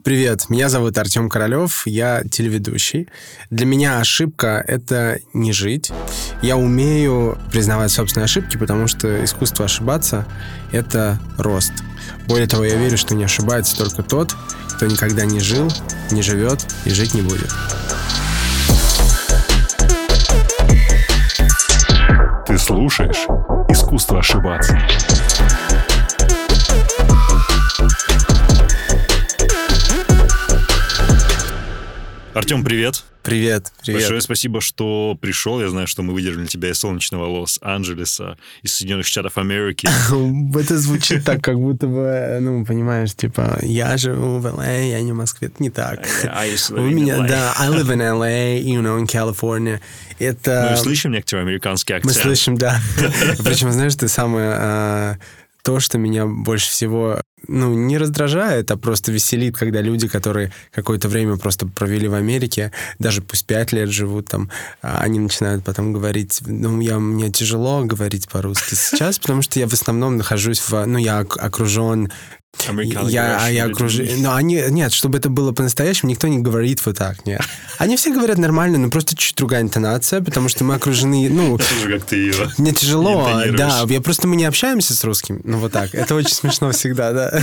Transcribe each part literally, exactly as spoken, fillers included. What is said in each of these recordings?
Привет, меня зовут Артем Королев, я телеведущий. Для меня ошибка — это не жить. Я умею признавать собственные ошибки, потому что искусство ошибаться — это рост. Более того, я верю, что не ошибается только тот, кто никогда не жил, не живет и жить не будет. Ты слушаешь «Искусство ошибаться». Артем, привет. Привет, привет. Большое спасибо, что пришел. Я знаю, что мы выдернули тебя из солнечного Лос-Анджелеса, из Соединенных Штатов Америки. Это звучит так, как будто бы, ну, понимаешь, типа, я живу в эл эй, я не в Москве. Это не так. У меня, да, I live in эл эй, you know, in California. Это... Мы слышим некоторый американский акцент. Мы слышим, да. Причем, знаешь, ты самое... То, что меня больше всего, ну, не раздражает, а просто веселит, когда люди, которые какое-то время просто провели в Америке, даже пусть пять лет живут там, они начинают потом говорить, ну, я, мне тяжело говорить по-русски сейчас, потому что я в основном нахожусь в, ну, я окружен... Я, я окружен... Но они... Нет, чтобы это было по-настоящему, никто не говорит вот так, нет. Они все говорят нормально, но просто чуть другая интонация, потому что мы окружены, ну... Тоже как ты ее. Мне тяжело, да. Я просто мы не общаемся с русским, ну вот так. Это очень смешно всегда, да.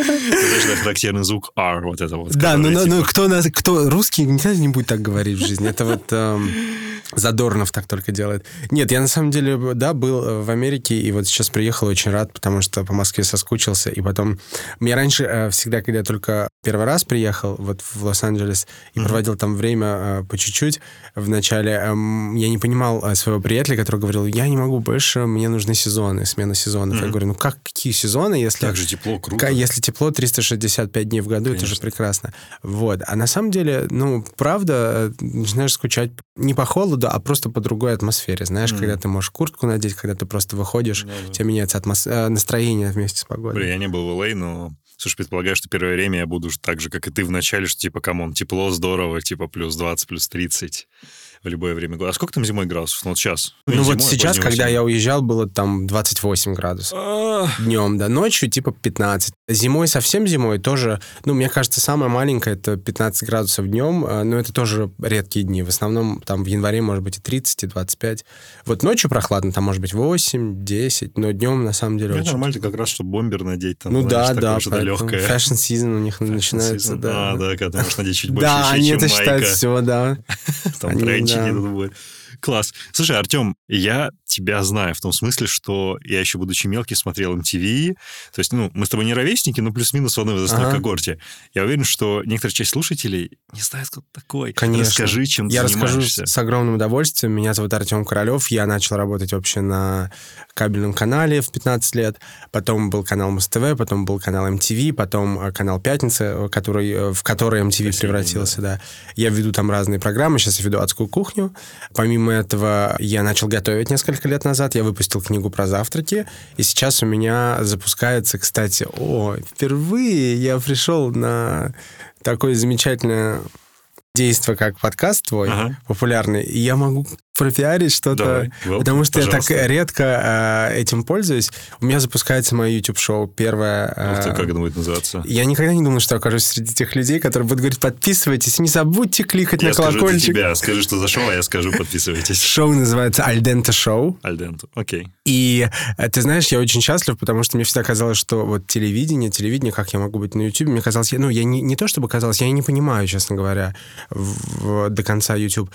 Это характерный звук R, вот это вот. Да, ну, типа... ну кто, кто русский никогда не будет так говорить в жизни. Это вот... Эм... Задорнов так только делает. Нет, я на самом деле, да, был в Америке, и вот сейчас приехал, очень рад, потому что по Москве соскучился, и потом... Я раньше э, всегда, когда я только первый раз приехал вот в Лос-Анджелес и mm-hmm. проводил там время э, по чуть-чуть, вначале э, я не понимал э, своего приятеля, который говорил, я не могу больше, мне нужны сезоны, смена сезонов. Mm-hmm. Я говорю, ну как, какие сезоны, если... Так же тепло, круто. Если тепло триста шестьдесят пять дней в году, Конечно. Это же прекрасно. Вот. А на самом деле, ну, правда, начинаешь скучать не по холоду, а просто по другой атмосфере. Знаешь, mm. когда ты можешь куртку надеть, когда ты просто выходишь, mm. у тебя меняется атмос... настроение вместе с погодой. Блин, я не был в эл эй, но, слушай, предполагаю, что первое время я буду так же, как и ты в начале, что типа, камон, тепло, здорово, типа плюс двадцать, плюс тридцать в любое время года. А сколько там зимой градусов? Ну, вот сейчас. Ну, ну вот зимой, сейчас, когда я уезжал, было там двадцать восемь градусов. Днем, да. Ночью типа пятнадцать. Зимой, совсем зимой тоже, ну, мне кажется, самое маленькое это пятнадцать градусов днем, но это тоже редкие дни. В основном там в январе может быть и тридцать, и двадцать пять. Вот ночью прохладно, там может быть восемь, десять, но днем на самом деле ну, очень... нормально, как раз, чтобы бомбер надеть. Там, ну знаешь, да, да. легкое. Fashion season у них fashion начинается, season. да. А, да, когда ты можешь надеть чуть больше да, вещей, они чем это майка. считают все, да. Там тренчики тут будет. Класс. Слушай, Артем, я тебя знаю в том смысле, что я еще, будучи мелкий, смотрел эм ти ви. То есть, ну, мы с тобой не ровесники, но плюс-минус в одной возрастной ага. когорте. Я уверен, что некоторая часть слушателей не знает, кто ты такой. Конечно. Расскажи, чем ты я занимаешься. Я расскажу с огромным удовольствием. Меня зовут Артем Королев. Я начал работать вообще на кабельном канале в пятнадцать лет. Потом был канал Муз-ТВ, потом был канал эм ти ви, потом канал Пятница, который, в который эм ти ви Спасибо, превратился. Да. Да. Я веду там разные программы. Сейчас я веду «Адскую кухню». Помимо этого, я начал готовить несколько лет назад. Я выпустил книгу про завтраки. И сейчас у меня запускается, кстати, о, впервые я пришел на такое замечательное действие, как подкаст твой, ага. популярный. И я могу пропиарить что-то, Давай, well, потому что пожалуйста. Я так редко э, этим пользуюсь. У меня запускается мое YouTube-шоу первое. Э, Ух ты, как это будет называться? Я никогда не думал, что окажусь среди тех людей, которые будут говорить, подписывайтесь, не забудьте кликать я на колокольчик. Я скажу тебя, скажи, что за шоу, а я скажу, подписывайтесь. Шоу называется «Аль денте шоу». «Аль денте», окей. И ты знаешь, я очень счастлив, потому что мне всегда казалось, что вот телевидение, телевидение, как я могу быть на YouTube, мне казалось, ну, я не, не то чтобы казалось, я не понимаю, честно говоря, в, в, до конца YouTube,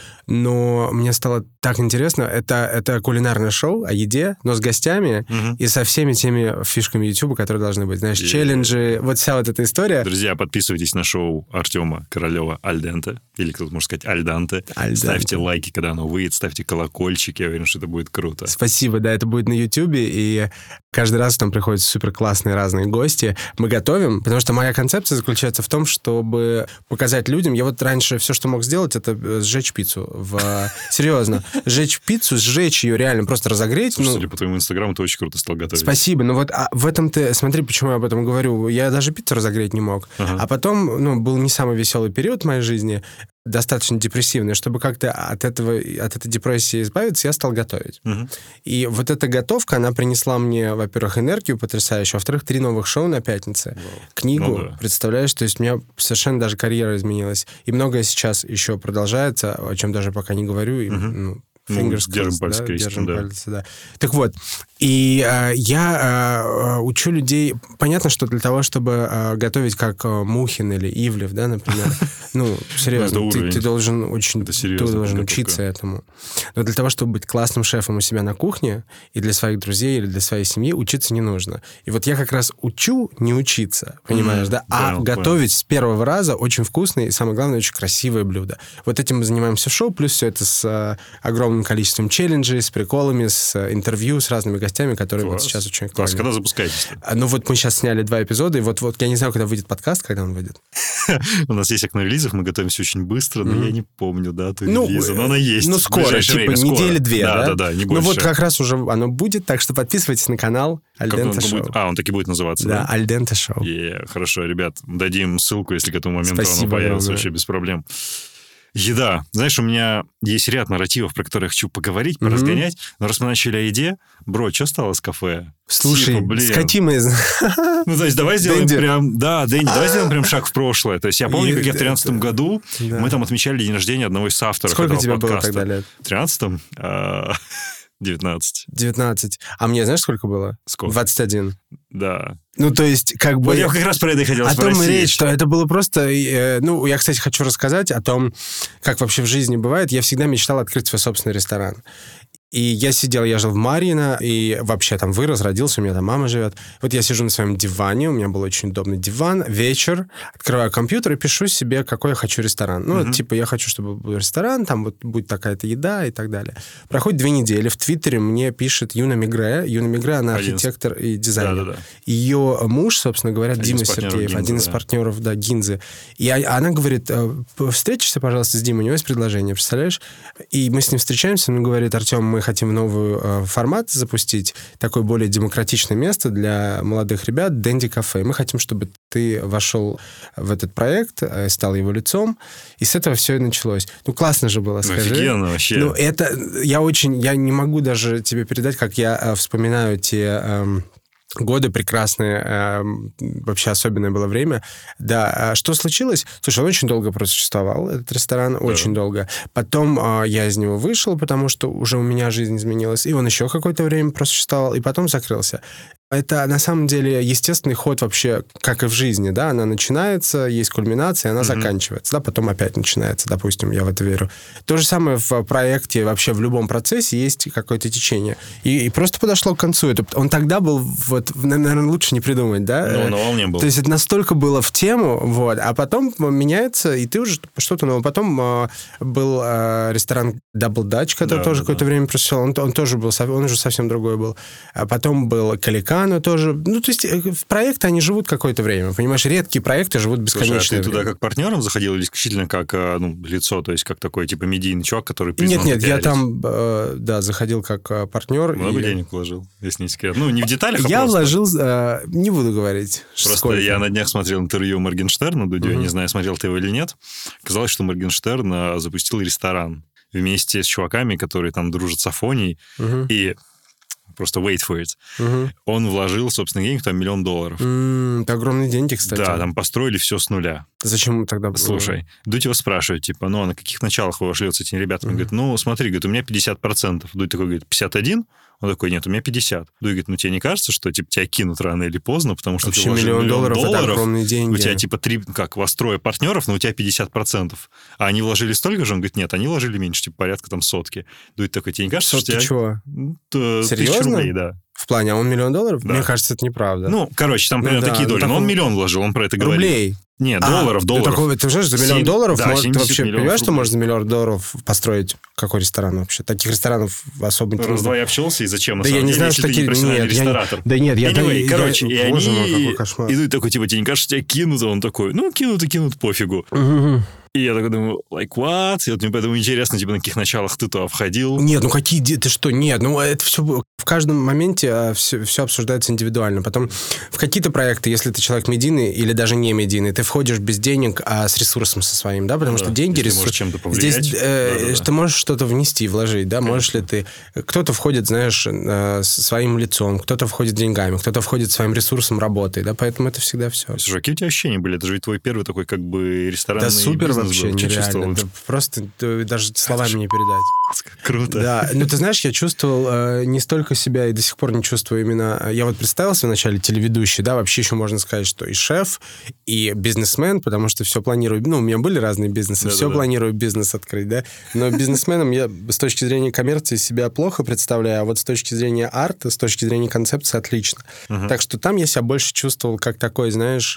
но мне стало так интересно. Это, это кулинарное шоу о еде, но с гостями uh-huh. и со всеми теми фишками YouTube, которые должны быть. Знаешь, yeah. челленджи, вот вся вот эта история. Друзья, подписывайтесь на шоу Артема Королева «Аль денте», или кто-то может сказать «Аль данте». Аль ставьте данте. Лайки, когда оно выйдет, ставьте колокольчики, я уверен, что это будет круто. Спасибо, да, это будет на YouTube, и каждый раз там приходят супер классные разные гости. Мы готовим, потому что моя концепция заключается в том, чтобы показать людям, я вот раньше все, что мог сделать, это сжечь пиццу. В... Серьезно. Сжечь пиццу, сжечь ее реально, просто разогреть. Слушай, ну... судя по твоему инстаграму, ты очень круто стал готовить. Спасибо. Но вот а в этом ты... Смотри, почему я об этом говорю. Я даже пиццу разогреть не мог. Ага. А потом, ну, был не самый веселый период в моей жизни. достаточно депрессивная. Чтобы как-то от этого, от этой депрессии избавиться, я стал готовить. Угу. И вот эта готовка, она принесла мне, во-первых, энергию потрясающую, во-вторых, три новых шоу на пятнице, Вау. книгу, ну, да. представляешь, то есть у меня совершенно даже карьера изменилась. И многое сейчас еще продолжается, о чем даже пока не говорю, и, угу. ну, Ну, держим пальцы да, крестиком, держим да. пальцы, да. Так вот, и э, я э, учу людей... Понятно, что для того, чтобы э, готовить как э, Мухин или Ивлев, да, например, ну, серьезно, ты, ты должен очень... Ты должен учиться этому. Но для того, чтобы быть классным шефом у себя на кухне, и для своих друзей, или для своей семьи, учиться не нужно. И вот я как раз учу не учиться, понимаешь, mm, да? А понял, готовить понял. с первого раза очень вкусные и, самое главное, очень красивые блюда. Вот этим мы занимаемся в шоу, плюс все это с э, огромным количеством челленджей, с приколами, с интервью, с разными гостями, которые Класс. вот сейчас очень актуальны. Класс, когда запускаетесь? Ну вот мы сейчас сняли два эпизода, и вот, вот я не знаю, когда выйдет подкаст, когда он выйдет. У нас есть окно релизов, мы готовимся очень быстро, но я не помню дату релиза, но она есть. Ну скоро, типа недели-две, да? Да, да, да, не больше. Ну вот как раз уже оно будет, так что подписывайтесь на канал Альденте Шоу. А, он таки будет называться, да? Да, Альденте Шоу. Хорошо, ребят, дадим ссылку, если к этому моменту оно появится, вообще без проблем. Еда. Знаешь, у меня есть ряд нарративов, про которые я хочу поговорить, mm-hmm. поразгонять. Но раз мы начали о еде, бро, что стало с кафе? Слушай, типа, блин. Скати мы... Ну, то есть, давай сделаем Дэнди. прям... Да, Дэнди, давай сделаем прям шаг в прошлое. То есть, я помню, как я в тринадцатом году, да. мы там отмечали день рождения одного из авторов Сколько этого тебе подкаста. было тогда лет? В тринадцатом? девятнадцать. девятнадцать. А мне знаешь, сколько было? Сколько? двадцать один. Да. Ну, то есть, как бы... Вот я как раз про это и хотел о спросить. О том речь, что это было просто... Э, ну, я, кстати, хочу рассказать о том, как вообще в жизни бывает. Я всегда мечтал открыть свой собственный ресторан. И я сидел, я жил в Марьино, и вообще там вырос, родился, у меня там мама живет. Вот я сижу на своем диване, у меня был очень удобный диван, вечер, открываю компьютер и пишу себе, какой я хочу ресторан. Ну, uh-huh. типа, я хочу, чтобы был ресторан, там вот будет такая-то еда и так далее. Проходит две недели, в Твиттере мне пишет Юна Мигре. Юна Мигре, она один архитектор из... и дизайнер. Да-да-да. Ее муж, собственно говоря, один Дима Сергеев, Гинзы, один из да. партнеров, да, Гинзы. И она говорит, встретишься, пожалуйста, с Димой, у него есть предложение, представляешь? И мы с ним встречаемся, он говорит, Артем, мы хотим новый э, формат запустить, такое более демократичное место для молодых ребят, Дэнди Кафе. Мы хотим, чтобы ты вошел в этот проект, э, стал его лицом, и с этого все и началось. Ну, классно же было, скажи. Офигенно вообще. Ну, это, я очень, я не могу даже тебе передать, как я э, вспоминаю те... Э, годы прекрасные, э, вообще особенное было время. Да, что случилось? Слушай, он очень долго просуществовал, этот ресторан, да. очень долго. Потом э, я из него вышел, потому что уже у меня жизнь изменилась, и он еще какое-то время просуществовал, и потом закрылся. Это, на самом деле, естественный ход вообще, как и в жизни, да, она начинается, есть кульминация, она mm-hmm. заканчивается, да, потом опять начинается, допустим, я в это верю. То же самое в проекте, вообще в любом процессе есть какое-то течение. И, и просто подошло к концу. Это, он тогда был, вот, наверное, лучше не придумать, да? Ну, на волне был. То есть это настолько было в тему, вот, а потом меняется, и ты уже что-то новое. Потом э, был э, ресторан Double Dutch, который да, тоже да, какое-то да. время просуществовал, он, он тоже был, он уже совсем другой был. А потом был Каликан, но тоже... Ну, то есть проекты, они живут какое-то время, понимаешь? Редкие проекты живут бесконечно. Слушай, а ты туда как партнером заходил или исключительно как ну, лицо, то есть как такой типа медийный чувак, который признан? Нет, нет, я там, э, да, заходил как партнер. Много и... денег вложил, если не секрет. Ну, не в деталях, а Я просто... вложил... Э, не буду говорить, Просто сколько. Я на днях смотрел интервью Моргенштерна, Дудю, uh-huh. я не знаю, смотрел ты его или нет. Казалось, что Моргенштерн запустил ресторан вместе с чуваками, которые там дружат с Афоней, uh-huh. и... просто wait for it. Угу. Он вложил, собственно, денег, там миллион долларов. Mm, это огромные деньги, кстати. Да, там построили все с нуля. Зачем тогда... Слушай, Дудь его спрашивает, типа, ну, а на каких началах вы вошли вот с этими ребятами? Он mm-hmm. говорит, ну, смотри, говорит, у меня пятьдесят процентов. Дудь такой говорит, пятьдесят один? Он такой, нет, у меня пятьдесят. Дудь говорит, ну, тебе не кажется, что, типа, тебя кинут рано или поздно, потому что вообще ты вложил миллион, миллион долларов, долларов, это огромные деньги. У тебя, типа, три, как, вас трое партнеров, но у тебя пятьдесят процентов. А они вложили столько же? Он говорит, нет, они вложили меньше, типа, порядка там сотки. Дудь такой, тебе не кажется, сотки что чего? тебя... Серьезно? Тысячу рублей, да. В плане, а он миллион долларов? Да. Мне кажется, это неправда. Ну, короче, там примерно ну, да, такие доли. Но он миллион вложил, он про это говорил. Рублей? Нет, а, долларов, долларов. Такой, ты знаешь, за миллион долларов, да, может, ты вообще понимаешь, рублей. Что можно за миллион долларов построить какой ресторан вообще? Таких ресторанов особо не Раз-два я общался, и зачем? На да самом я не деле, знаю, если что ты такие... не профессиональный нет, ресторатор. Я... Да нет, я... Anyway, я... короче, я... и Боже они мой, какой кошмар. идут такой, типа, тебе не кажется, тебя кинут? А он такой, ну, кинут и кинут, пофигу. Угу. И я такой думаю, like what? И вот мне поэтому интересно, типа, на каких началах ты туда входил? Нет, ну какие, ты что, нет, ну это все, в каждом моменте все, все обсуждается индивидуально. Потом в какие-то проекты, если ты человек медийный или даже не медийный, ты входишь без денег, а с ресурсом со своим, да, потому да, что деньги, ресурсы... чем-то повлиять. Здесь э, да, да, ты можешь что-то внести, вложить, да, конечно. Можешь ли ты... Кто-то входит, знаешь, э, своим лицом, кто-то входит деньгами, кто-то входит своим ресурсом, работой, да, поэтому это всегда все. Слушай, какие у тебя ощущения были? Это же ведь твой первый такой как бы ресторанный бизнес. Да супер был. вообще, нереально. Да, просто да, даже словами не передать. Круто. Да, ну ты знаешь, я чувствовал э, не столько себя и до сих пор не чувствую именно... Я вот представился вначале телеведущий, да, вообще еще можно сказать, что и шеф, и бизнесмен, потому что все планирую... Ну, у меня были разные бизнесы, да, все да, планирую да. бизнес открыть, да, но бизнесменом я с точки зрения коммерции себя плохо представляю, а вот с точки зрения арта, с точки зрения концепции отлично. Uh-huh. Так что там я себя больше чувствовал как такой, знаешь,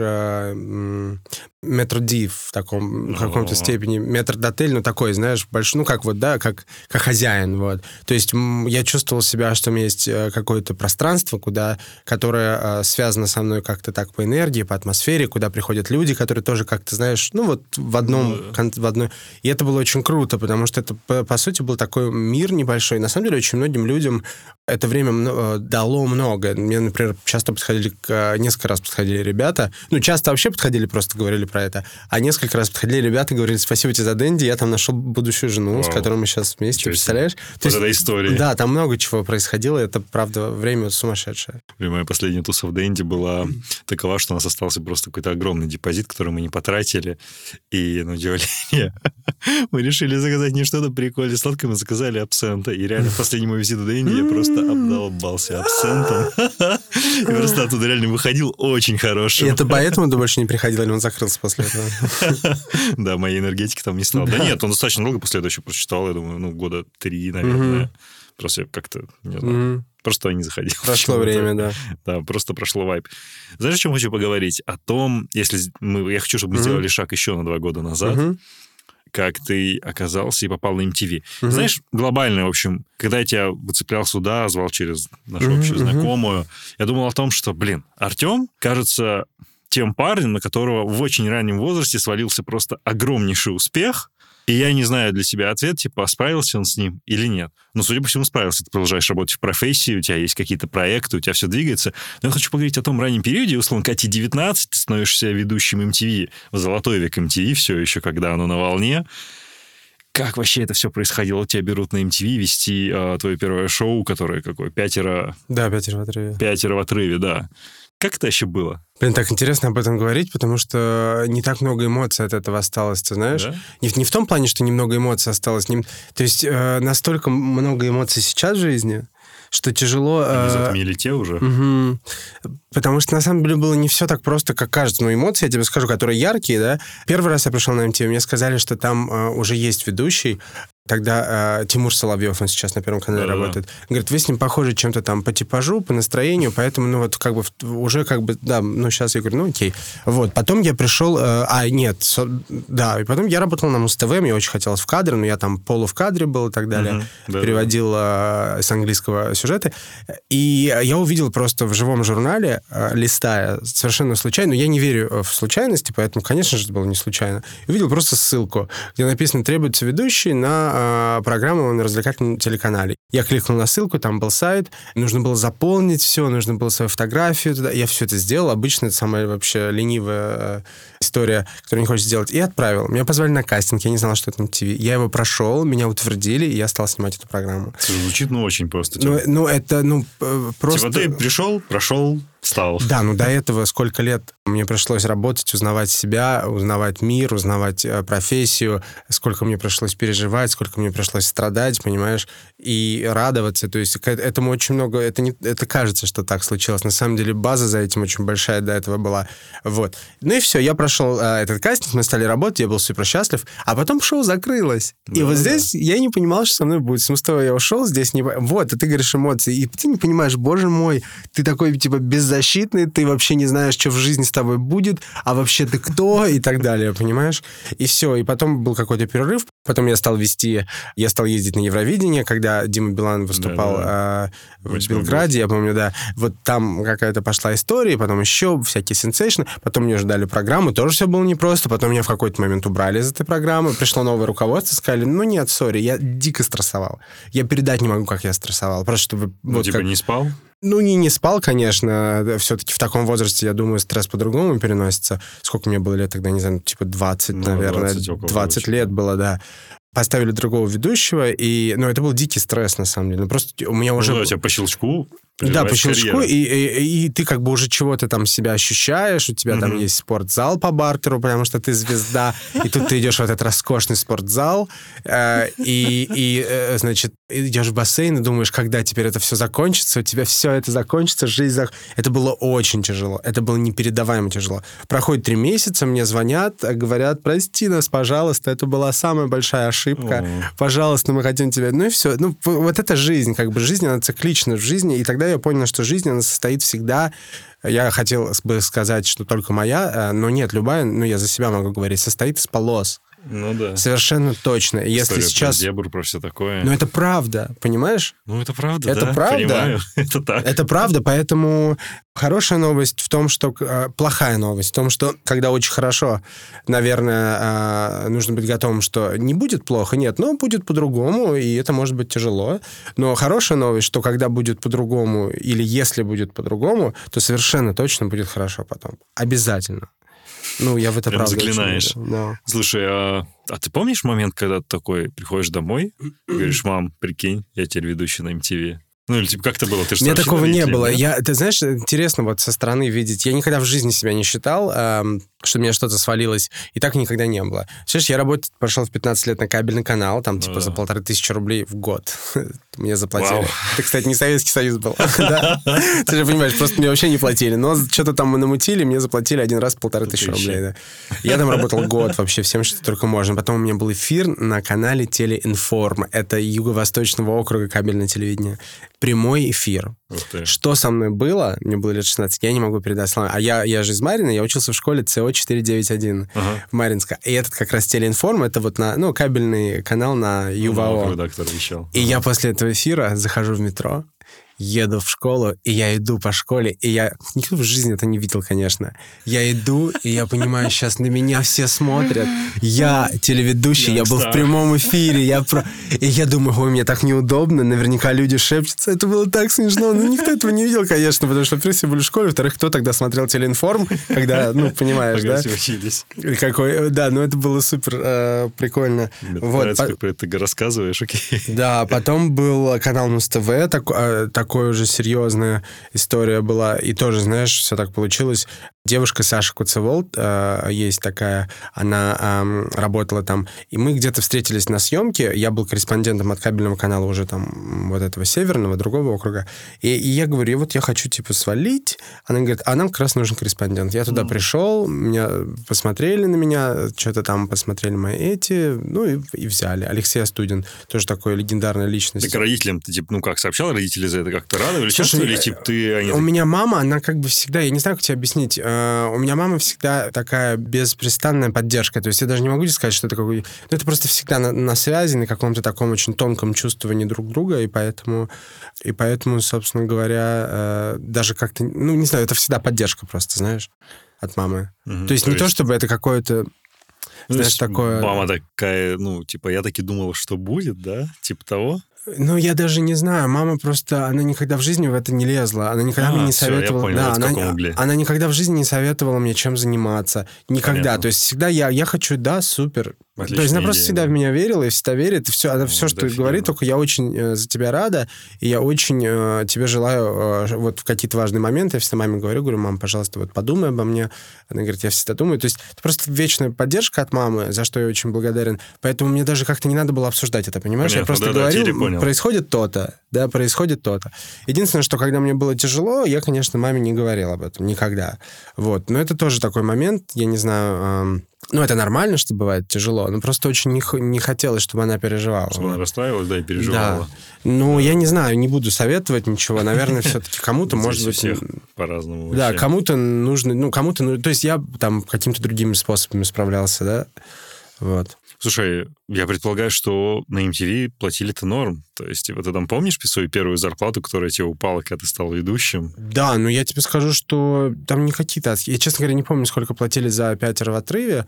э, метрди в таком, в каком-то степени, метрдотель, ну, такой, знаешь, большой, ну, как вот, да, как, как хозяин, вот. То есть я чувствовал себя, что у меня есть какое-то пространство, куда, которое э, связано со мной как-то так по энергии, по атмосфере, куда приходят люди, которые тоже как-то, знаешь, ну, вот в одном, uh-huh. в одной... И это было очень круто, потому что это, по, по сути, был такой мир небольшой. На самом деле, очень многим людям это время дало много. Мне, например, часто подходили, несколько раз подходили ребята, ну, часто вообще подходили, просто говорили про это, а несколько раз подходили ребята и говорили, спасибо тебе за Дэнди, я там нашел будущую жену, Вау. С которой мы сейчас вместе, Чуть представляешь? Вот есть, это история. Да, там много чего происходило, это, правда, время сумасшедшее. Моя последняя туса в Дэнди была такова, что у нас остался просто какой-то огромный депозит, который мы не потратили, и, на удивление, мы решили заказать не что-то прикольное сладкое, мы заказали абсента, и реально в последний мой визит в Дэнди я просто обдолбался абсентом, и просто оттуда реально выходил очень хорошим. И это поэтому ты больше не приходил, или он закрылся после этого? Да, моей энергетики там не стало. Да нет, он достаточно долго после этого еще прочитал, я думаю, ну, года три, наверное. Просто я как-то, не знаю, просто не заходил. Прошло время, да. Да, просто прошло вайп. Знаешь, о чем хочу поговорить? О том, если мы, я хочу, чтобы мы сделали шаг еще на два года назад, как ты оказался и попал на эм ти ви. Uh-huh. Знаешь, глобально, в общем, когда я тебя выцеплял сюда, звал через нашу uh-huh, общую знакомую, uh-huh. я думал о том, что, блин, Артем, кажется, тем парнем, на которого в очень раннем возрасте свалился просто огромнейший успех, и я не знаю для себя ответ, типа, справился он с ним или нет. Но, судя по всему, справился. Ты продолжаешь работать в профессии, у тебя есть какие-то проекты, у тебя все двигается. Но я хочу поговорить о том раннем периоде, условно, когда тебе девятнадцать, ты становишься ведущим эм ти ви, в золотой век эм ти ви, все еще, когда оно на волне. Как вообще это все происходило? Тебя берут на эм ти ви вести а, твое первое шоу, которое какое? Пятеро... Да, пятеро в отрыве. Пятеро в отрыве, да. Как это еще было? Блин, так интересно об этом говорить, потому что не так много эмоций от этого осталось, ты знаешь? Да? Не, не в том плане, что немного эмоций осталось. Не... То есть э, настолько много эмоций сейчас в жизни, что тяжело... Они затмили те уже? Угу. Потому что, на самом деле, было не все так просто, как кажется. Но эмоции, я тебе скажу, которые яркие, да. Первый раз я пришел на эм ти ви, мне сказали, что там э, уже есть ведущий. Тогда э, Тимур Соловьев, он сейчас на Первом канале да, работает. Да. Говорит, вы с ним похожи чем-то там по типажу, по настроению, поэтому, ну, вот, как бы, уже, как бы, да, ну, сейчас я говорю, ну, окей. Вот, потом я пришел, э, а, нет, со, да, и потом я работал на Муз-ТВ, мне очень хотелось в кадре, но я там полу в кадре был и так далее, uh-huh. да, переводил э, с английского сюжеты, и я увидел просто в живом журнале, э, листая, совершенно случайно, но я не верю в случайности, поэтому, конечно же, это было не случайно, увидел просто ссылку, где написано «Требуется ведущий на программу на развлекательном телеканале». Я кликнул на ссылку, там был сайт, нужно было заполнить все, нужно было свою фотографию туда. Я все это сделал. Обычно это самая вообще ленивая история, которую не хочешь сделать. И отправил. Меня позвали на кастинг, я не знал, что это эм ти ви. Я его прошел, меня утвердили, и я стал снимать эту программу. Звучит, ну, очень просто. Ну, ну это, ну, просто... Типа ты пришел, прошел, встал. Да, ну до этого сколько лет мне пришлось работать, узнавать себя, узнавать мир, узнавать профессию, сколько мне пришлось переживать, сколько мне пришлось страдать, понимаешь, и радоваться. То есть к этому очень много... Это, не, это кажется, что так случилось. На самом деле база за этим очень большая до этого была. Вот. Ну и все, я прошел а, этот кастинг, мы стали работать, я был супер счастлив, а потом шоу закрылось. Да, и вот да. здесь я не понимал, что со мной будет. С Муз-ТВ я ушел, здесь не... Вот, и ты говоришь эмоции, и ты не понимаешь, боже мой, ты такой, типа, беззащитный, ты вообще не знаешь, что в жизни с тобой будет, а вообще ты кто, и так далее, понимаешь? И все. И потом был какой-то перерыв, Потом я стал вести, я стал ездить на Евровидение, когда Дима Билан выступал да, да. Э, в Белграде, я помню, да. Вот там какая-то пошла история, потом еще всякие сенсейшны. Потом мне уже дали программу, тоже все было непросто. Потом меня в какой-то момент убрали из этой программы. Пришло новое руководство, сказали, ну нет, сори, я дико стрессовал. Я передать не могу, как я стрессовал. Просто чтобы... Ну, вот типа как... не спал? Ну, не, не спал, конечно. Все-таки в таком возрасте, я думаю, стресс по-другому переносится. Сколько мне было лет тогда, не знаю, типа двадцать, ну, наверное. двадцать, двадцать лет было, да. Поставили другого ведущего, и, ну, это был дикий стресс, на самом деле. Ну, просто у меня уже... Ну, да, у тебя по щелчку... Да, по щелчку, и, и, и ты как бы уже чего-то там себя ощущаешь, у тебя mm-hmm. там есть спортзал по бартеру, потому что ты звезда, и тут ты идешь в этот роскошный спортзал, э, и, и э, значит, идешь в бассейн и думаешь, когда теперь это все закончится, у тебя все это закончится, жизнь... Зак... Это было очень тяжело, это было непередаваемо тяжело. Проходит три месяца, мне звонят, говорят, прости нас, пожалуйста, это была самая большая ошибка, mm-hmm. пожалуйста, мы хотим тебя... Ну и все. Ну, вот это жизнь, как бы жизнь, она циклична в жизни, и тогда я понял, что жизнь, она состоит всегда... Я хотел бы сказать, что только моя, но нет, любая, ну, я за себя могу говорить, состоит из полос. Ну да. Совершенно точно. Если История сейчас... про зебру, про все такое. Ну, это правда, понимаешь? Ну, это правда, это да. Правда. Понимаю. Это так. Это правда, поэтому хорошая новость в том, что... Плохая новость в том, что когда очень хорошо, наверное, нужно быть готовым, что не будет плохо, нет, но будет по-другому, и это может быть тяжело. Но хорошая новость, что когда будет по-другому, или если будет по-другому, то совершенно точно будет хорошо потом. Обязательно. Ну, я в это прям правда заклинаешь. Очень, да. Слушай, а, а ты помнишь момент, когда ты такой приходишь домой, говоришь, мам, прикинь, я теперь ведущий на эм ти ви? Ну, или типа, как это было? Ты же Мне такого не было. Я, ты знаешь, интересно вот со стороны видеть. Я никогда в жизни себя не считал, эм, что у меня что-то свалилось, и так никогда не было. Слышишь, я работать пошел в пятнадцать лет на кабельный канал, там, типа, за полторы тысячи рублей в год мне заплатили. Вау. Это, кстати, не Советский Союз был. Ты же понимаешь, просто мне вообще не платили. Но что-то там мы намутили, мне заплатили один раз полторы тысячи рублей. Я там работал год вообще, всем, что только можно. Потом у меня был эфир на канале Телеинформ. Это Юго-Восточного округа кабельное телевидение. Прямой эфир. Что со мной было, мне было лет шестнадцать, я не могу передать словами. А я, я же из Марьина, я учился в школе Цэ О четыреста девяносто один ага. в Марьинске. И этот как раз Телеинформ, это вот на, ну, кабельный канал на ЮВАО. Ну, редактор вещал. И ага. я после этого эфира захожу в метро, еду в школу, и я иду по школе, и я... Никто в жизни это не видел, конечно. Я иду, и я понимаю, сейчас на меня все смотрят. Я телеведущий, я, я был в прямом эфире. Я про... И я думаю, ой, мне так неудобно, наверняка люди шепчутся. Это было так смешно. Но никто этого не видел, конечно, потому что, во-первых, все были в школе, во-вторых, кто тогда смотрел Телеинформ, когда, ну, понимаешь, да? Учились. Какой... Да, ну это было супер э, прикольно. Мне вот. Нравится, как про это ты рассказываешь, окей. Да, потом был канал Муз-ТВ, такой... такая уже серьезная история была. И тоже, знаешь, все так получилось. Девушка Саша Куцеволт, э, есть такая, она э, работала там. И мы где-то встретились на съемке. Я был корреспондентом от кабельного канала уже там вот этого северного, другого округа. И, и я говорю, вот я хочу типа свалить. Она говорит, а нам как раз нужен корреспондент. Я туда mm. пришел, меня посмотрели на меня, что-то там посмотрели мои эти, ну и, и взяли. Алексей Астудин, тоже такой легендарная личность. Так родителям ты, типа, ну как, сообщал родители за это как-то рано? Или чувствовали, или типа ты... Они... У меня мама, она как бы всегда, я не знаю, как тебе объяснить, у меня мама всегда такая беспрестанная поддержка. То есть я даже не могу сказать, что это какой... Ну, это просто всегда на, на связи, на каком-то таком очень тонком чувствовании друг друга, и поэтому, и поэтому, собственно говоря, даже как-то... Ну, не знаю, это всегда поддержка просто, знаешь, от мамы. Угу, то есть то не есть... то, чтобы это какое-то... Ну, знаешь, такое... Мама такая, ну, типа, я таки думала, что будет, да? Типа того? Ну, я даже не знаю. Мама просто, она никогда в жизни в это не лезла. Она никогда а, мне не все, советовала. Я понял, да, вот она, она никогда в жизни не советовала мне, чем заниматься. Никогда. Понятно. То есть всегда я, я хочу, да, супер. Отличная То есть она идея, просто всегда да. в меня верила и всегда верит. И все, она ну, все, что говорит, только я очень э, за тебя рада, и я очень э, тебе желаю э, вот в какие-то важные моменты. Я всегда маме говорю, говорю, мам, пожалуйста, вот подумай обо мне. Она говорит, я всегда думаю. То есть это просто вечная поддержка от мамы, за что я очень благодарен. Поэтому мне даже как-то не надо было обсуждать это, понимаешь? Понятно, я просто да, говорил, да, происходит то-то, да, происходит то-то. Единственное, что когда мне было тяжело, я, конечно, маме не говорил об этом никогда. Вот. Но это тоже такой момент, я не знаю... Э, Ну, это нормально, что бывает тяжело, но просто очень не, не хотелось, чтобы она переживала. Чтобы она расстраивалась, да, и переживала. Да. Ну, я не знаю, не буду советовать ничего. Наверное, все-таки кому-то, может быть... всех по-разному. Да, кому-то нужно... Ну, кому-то... То есть я там какими-то другими способами справлялся, да. Вот. Слушай, я предполагаю, что на эм ти ви платили-то норм. То есть, типа, ты там помнишь свою первую зарплату, которая тебе упала, когда ты стал ведущим? Да, но я тебе скажу, что там не какие-то... Я, честно говоря, не помню, сколько платили за «Пятеро в отрыве»,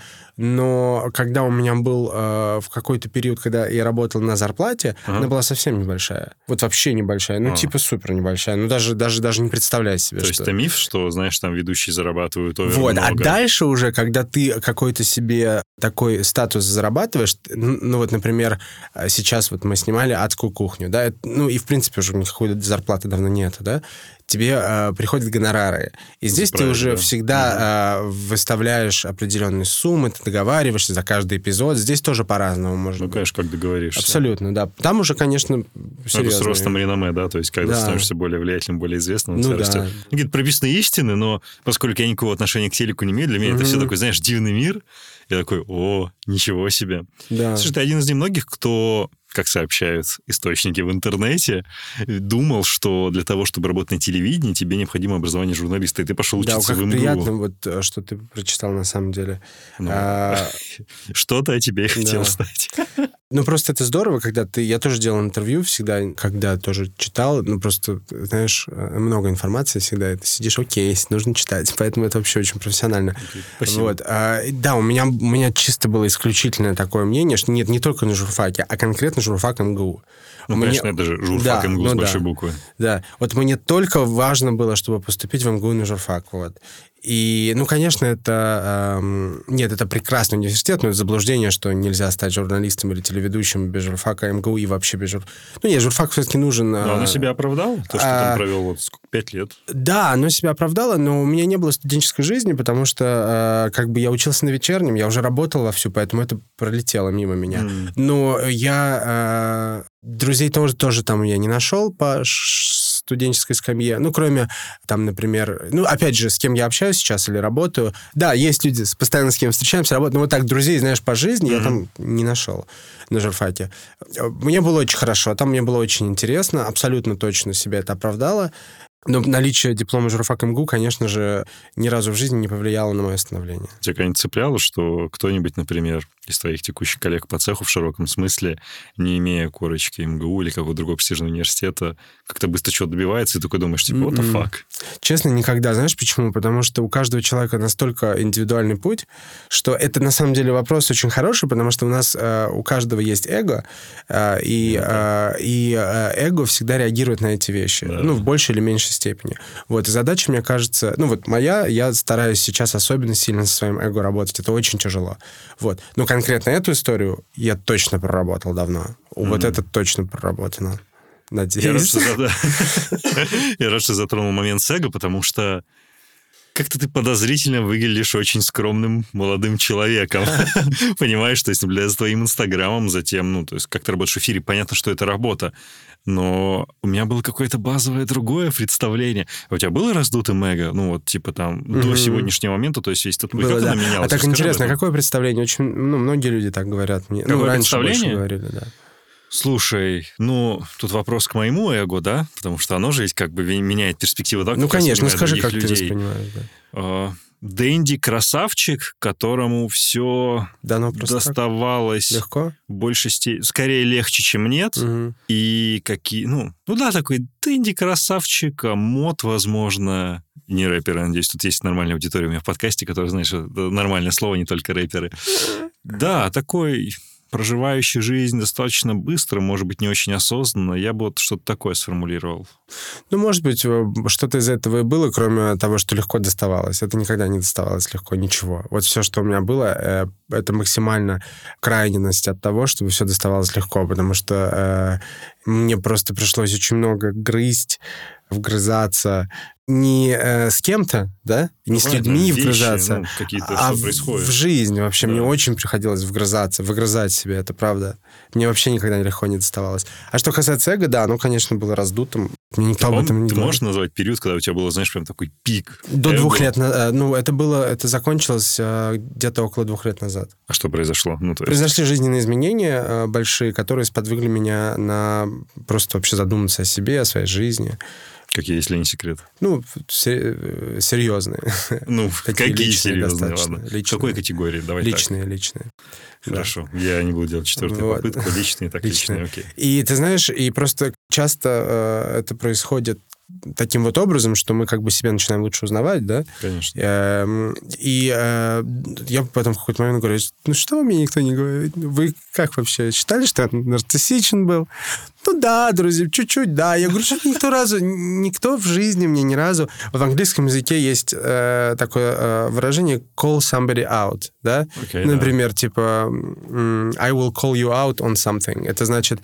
но когда у меня был э, в какой-то период, когда я работал на зарплате, ага. она была совсем небольшая. Вот вообще небольшая. Ну, а. типа супер небольшая. Ну, даже, даже, даже не представляю себе, То что... есть это миф, что, знаешь, там ведущие зарабатывают овер Вот, много. А дальше уже, когда ты какой-то себе такой статус зарабатываешь, ну, вот, например, сейчас вот мы снимали «Адскую кухню», да, ну, и, в принципе, уже никакой зарплаты давно нет, да, тебе э, приходят гонорары. И здесь Заправить, ты уже да. всегда угу. э, выставляешь определенные суммы, ты договариваешься за каждый эпизод. Здесь тоже по-разному можно. Ну, конечно, как договоришься. Абсолютно, да. Там уже, конечно, серьезно. Это с ростом реноме, да, то есть когда да. ты становишься более влиятельным, более известным. Ну, да. Какие-то прописанные истины, но поскольку я никакого отношения к телеку не имею, для меня угу. это все такой, знаешь, дивный мир. Я такой, о, ничего себе. Да. Слушай, ты один из немногих, кто... как сообщают источники в интернете, думал, что для того, чтобы работать на телевидении, тебе необходимо образование журналиста, и ты пошел учиться да, как в эм гэ у. Приятно, вот, что ты прочитал на самом деле. Ну, а... Что-то о тебе хотел да. знать. Ну, просто это здорово, когда ты... Я тоже делал интервью всегда, когда тоже читал, ну, просто, знаешь, много информации всегда, ты сидишь, окей, нужно читать, поэтому это вообще очень профессионально. Okay, спасибо. Вот. А, да, у меня, у меня чисто было исключительное такое мнение, что нет, не только на журфаке, а конкретно журфак эм гэ у. Ну, мне... конечно, это же журфак да, эм гэ у ну, с большой да, буквы. Да, вот мне только важно было, чтобы поступить в эм гэ у на журфак, вот. И, ну, конечно, это... Эм, нет, это прекрасный университет, но это заблуждение, что нельзя стать журналистом или телеведущим без журфака эм гэ у и вообще без журфака. Ну, нет, журфак все-таки нужен... Но оно себя оправдало? То, что а, там провел вот сколько, пять лет? Да, оно себя оправдало, но у меня не было студенческой жизни, потому что как бы я учился на вечернем, я уже работал вовсю, поэтому это пролетело мимо меня. Mm. Но я... Друзей тоже, тоже там я не нашел по студенческой скамье. Ну, кроме, там, например... Ну, опять же, с кем я общаюсь сейчас или работаю. Да, есть люди, постоянно с кем встречаемся, работаем. Но вот так друзей, знаешь, по жизни mm-hmm. я там не нашел на журфаке. Мне было очень хорошо, там мне было очень интересно, абсолютно точно себя это оправдало. Но наличие диплома журфак эм гэ у, конечно же, ни разу в жизни не повлияло на мое становление. Тебя когда-нибудь цепляло, что кто-нибудь, например, из твоих текущих коллег по цеху в широком смысле, не имея корочки эм гэ у или какого-то другого престижного университета, как-то быстро чего-то добивается, и такой думаешь, типа, what the fuck? Честно, никогда. Знаешь почему? Потому что у каждого человека настолько индивидуальный путь, что это, на самом деле, вопрос очень хороший, потому что у нас э, у каждого есть эго, э, и, э, и э, эго всегда реагирует на эти вещи. Да. Ну, в большей или меньшей степени. Вот, и задача, мне кажется, ну, вот моя, я стараюсь сейчас особенно сильно со своим эго работать. Это очень тяжело. Вот. Но конкретно эту историю я точно проработал давно. Mm-hmm. Вот это точно проработано. Надеюсь. Я рад, что затронул момент с эго, потому что как-то ты подозрительно выглядишь очень скромным молодым человеком. Понимаешь, то есть, наблюдая за твоим инстаграмом, затем, ну, то есть, как ты работаешь в эфире, понятно, что это работа. Но у меня было какое-то базовое другое представление. А у тебя было раздутым эго? Ну, вот, типа, там, mm-hmm. до сегодняшнего момента, то есть, весь этот путь, как да. оно менялось? А так интересно, какое представление? Очень, ну, многие люди так говорят мне. Какое ну, раньше представление? больше говорили, да. Слушай, ну, тут вопрос к моему эго, да? Потому что оно же ведь как бы меняет перспективу, да? Ну, конечно, скажи, как людей. ты воспринимаешь, да. Дэнди красавчик, которому все да, доставалось легко? Больше сте... скорее легче, чем нет. Угу. И какие, ну, ну да, такой Дэнди красавчик, а мод, возможно, не рэперы, надеюсь, тут есть нормальная аудитория у меня в подкасте, которая, знаешь, нормальное слово, не только рэперы. Да, такой проживающий жизнь достаточно быстро, может быть, не очень осознанно, я бы вот что-то такое сформулировал. Ну, может быть, что-то из этого и было, кроме того, что легко доставалось. Это никогда не доставалось легко, ничего. Вот все, что у меня было, это максимально крайность от того, чтобы все доставалось легко, потому что э, мне просто пришлось очень много грызть, вгрызаться не э, с кем-то, да, не ну, с людьми вещи, вгрызаться, ну, какие-то, а что происходит. В жизнь вообще да. мне очень приходилось вгрызаться, выгрызать себе, это правда. Мне вообще никогда легко не доставалось. А что касается эго, да, оно, конечно, было раздутым. Мне никто об этом не Ты говорил. можешь назвать период, когда у тебя было, знаешь, прям такой пик? До эго? двух лет назад. Ну, это было, это закончилось где-то около двух лет назад. А что произошло? Ну, то есть... Произошли жизненные изменения большие, которые сподвигли меня на просто вообще задуматься о себе, о своей жизни. Какие, если не секрет? Ну, серьезные. Ну, какие серьезные, ладно. В какой категории? Давай личные, так. Личные, Хорошо, да. Я не буду делать четвертую вот. попытку. Личные, так личные, личные, окей. И ты знаешь, и просто часто э, это происходит таким вот образом, что мы как бы себя начинаем лучше узнавать, да? Конечно. Э, и э, я потом в какой-то момент говорю, ну что мне никто не говорит? Вы как вообще считали, что я нарциссичен был? Ну да, друзья, чуть-чуть, да. Я говорю, что никто разу, никто в жизни мне ни разу... В английском языке есть э, такое э, выражение call somebody out, да? Okay, Например, да. типа I will call you out on something. Это значит,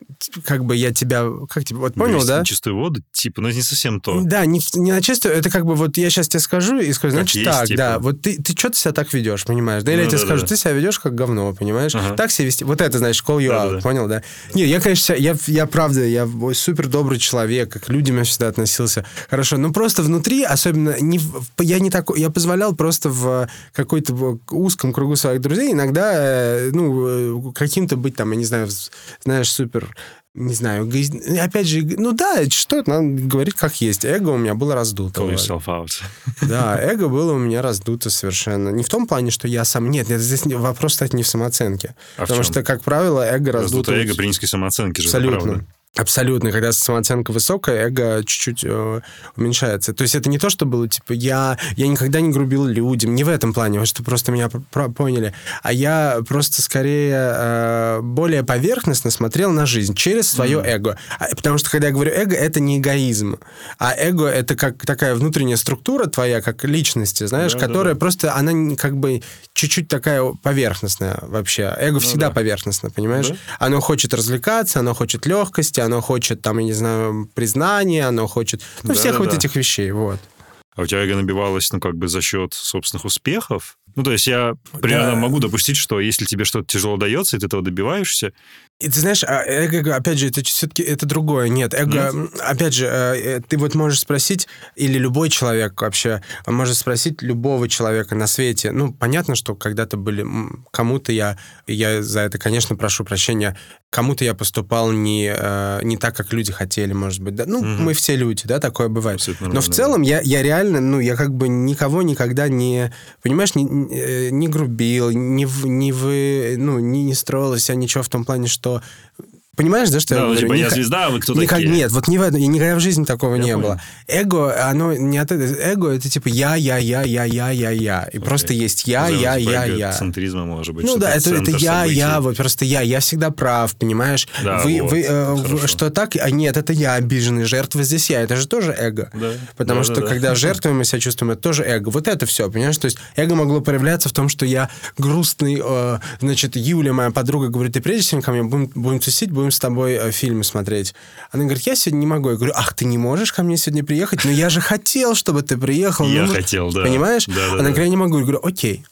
как бы я тебя... Как тебе... Вот понял, да? На чистую воду, типа, но не совсем то. Да, не, не на чистую, это как бы вот я сейчас тебе скажу и скажу, значит есть, так, типа. да, вот ты, ты что-то себя так ведешь, понимаешь? Да, или ну, я тебе да, скажу, да. ты себя ведешь как говно, понимаешь? Ага. Так себя вести, вот это, значит, call you да, out, да. понял, да? Не, я, конечно, я, я правда, я супер добрый человек, как к людям я всегда относился хорошо, но просто внутри, особенно, не, я не такой, я позволял просто в какой-то узком кругу своих друзей иногда, ну, каким-то быть там, я не знаю, знаешь, супер... Не знаю, опять же, ну да, что это, надо говорить как есть. Эго у меня было раздуто. Call yourself out. Да, эго было у меня раздуто совершенно. Не в том плане, что я сам... Нет, здесь вопрос, кстати, не в самооценке. А потому в чем? что, как правило, эго раздуто... Раздуто эго при низкой самооценке же, абсолютно. Это правда. Абсолютно. Когда самооценка высокая, эго чуть-чуть э, уменьшается. То есть это не то, что было, типа, я, я никогда не грубил людям. Не в этом плане, вот что просто меня поняли. А я просто скорее э, более поверхностно смотрел на жизнь через свое mm. эго. А, потому что, когда я говорю эго, это не эгоизм. А эго — это как такая внутренняя структура твоя, как личности, знаешь, да, которая да, да. просто, она как бы чуть-чуть такая поверхностная вообще. Эго ну, всегда да. поверхностно, понимаешь? Да. Оно хочет развлекаться, оно хочет легкости, оно хочет, там, я не знаю, признания, оно хочет... Ну, да, всех да, вот да. этих вещей, вот. А у тебя эго набивалось, ну, как бы за счет собственных успехов? Ну, то есть я примерно да. могу допустить, что если тебе что-то тяжело дается, и ты этого добиваешься... И ты знаешь, эго, опять же, это все-таки это другое. Нет, эго, Нет. опять же, ты вот можешь спросить, или любой человек вообще, может спросить любого человека на свете. Ну, понятно, что когда-то были... Кому-то я, я за это, конечно, прошу прощения, кому-то я поступал не, не так, как люди хотели, может быть. Да? Ну, угу. мы все люди, да, такое бывает. Абсолютно Но в целом я, я реально, ну, я как бы никого никогда не, понимаешь, не, не грубил, не, не, вы, ну, не, не строил из себя ничего в том плане, что... Понимаешь, да, что да, я говорю? Типа, Ник... я звезда, а вы кто Никак... такие? Нет, вот не в этом, никогда в жизни такого я не понял. было. Эго, оно не от этого. Эго — это типа я, я, я, я, я, я, я. И okay. просто есть я, ну, я, типа я, я. Центризма, может быть. Ну да, это, это я, событий. я, вот просто я. Я всегда прав, понимаешь? Да, вы, вот, вы, э, что так? А нет, это я обиженный, жертва здесь я. Это же тоже эго. Да. Потому да, что да, да. когда жертвой мы себя чувствуем, это тоже эго. Вот это все, понимаешь? То есть эго могло проявляться в том, что я грустный, э, значит, Юля, моя подруга, говорит, ты приедешь сегодня ко мне, будем, будем тусить, будем с тобой э, фильмы смотреть. Она говорит, я сегодня не могу. Я говорю, ах, ты не можешь ко мне сегодня приехать? Но я же хотел, чтобы ты приехал. Я ну, хотел, да. Понимаешь? Да, да, Она да. говорит, я не могу. Я говорю, окей.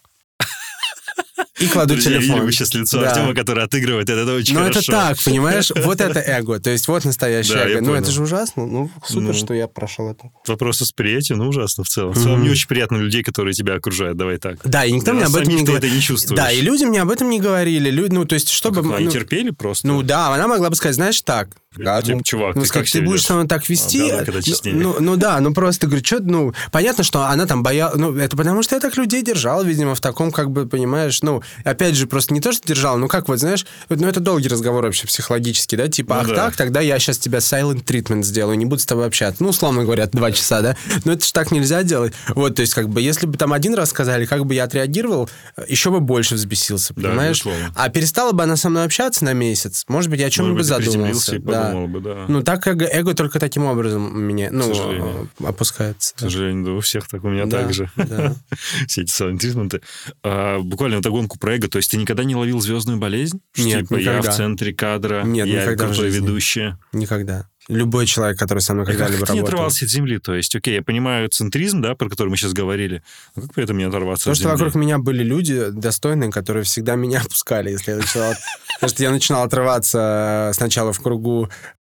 И кладу Друзья, телефон. Я видели бы сейчас лицо да. Артема, который отыгрывает. Это, это очень Но хорошо. это так, понимаешь? Вот это эго. То есть вот настоящее да, эго. Ну, понял. это же ужасно. Ну, супер, ну, что я прошел это. Вопрос восприятия, ну, ужасно в целом. В целом, mm-hmm. не очень приятно людей, которые тебя окружают. Давай так. Да, и никто мне об этом не говорил. это не чувствуешь. Да, и люди мне об этом не говорили. Люди, ну, то есть, чтобы... Ну, они ну, терпели просто? Ну, да, она могла бы сказать, знаешь, так. Да, типа, ну, чувак, ну, ты сказать, как ты будешь ведешь? со мной так вести. А, да, ну, ну, ну да, ну просто говорю, что, ну, понятно, что она там боялась. Ну, это потому что я так людей держал, видимо, в таком, как бы, понимаешь, ну, опять же, просто не то, что держал, ну, как вот, знаешь, ну, это долгий разговор вообще психологический, да, типа, ну, ах да. так, тогда я сейчас тебя silent treatment сделаю, не буду с тобой общаться. Ну, условно говоря, два часа, да. Но это же так нельзя делать. Вот, то есть, как бы, если бы там один раз сказали, как бы я отреагировал, еще бы больше взбесился, понимаешь? Да, а перестала бы она со мной общаться на месяц, может быть, я о чем-нибудь бы задумался. И да. бы, да. Ну, так эго, эго только таким образом мне, ну, опускается. К сожалению, да, у всех так, у меня да, так же. Да. Все эти саунд-тритменты. А, буквально вот гонку про эго. То есть ты никогда не ловил звездную болезнь? Нет, типа, никогда. Я в центре кадра, Нет, я никогда крутой ведущий. Никогда. Любой человек, который со мной когда-либо работал. Как ты не оторвался от земли? То есть, окей, я понимаю центризм, да, про который мы сейчас говорили, но как при этом не оторваться То, от что земли? вокруг меня были люди достойные, которые всегда меня опускали, если я начинал... Потому что я начинал отрываться сначала в кругу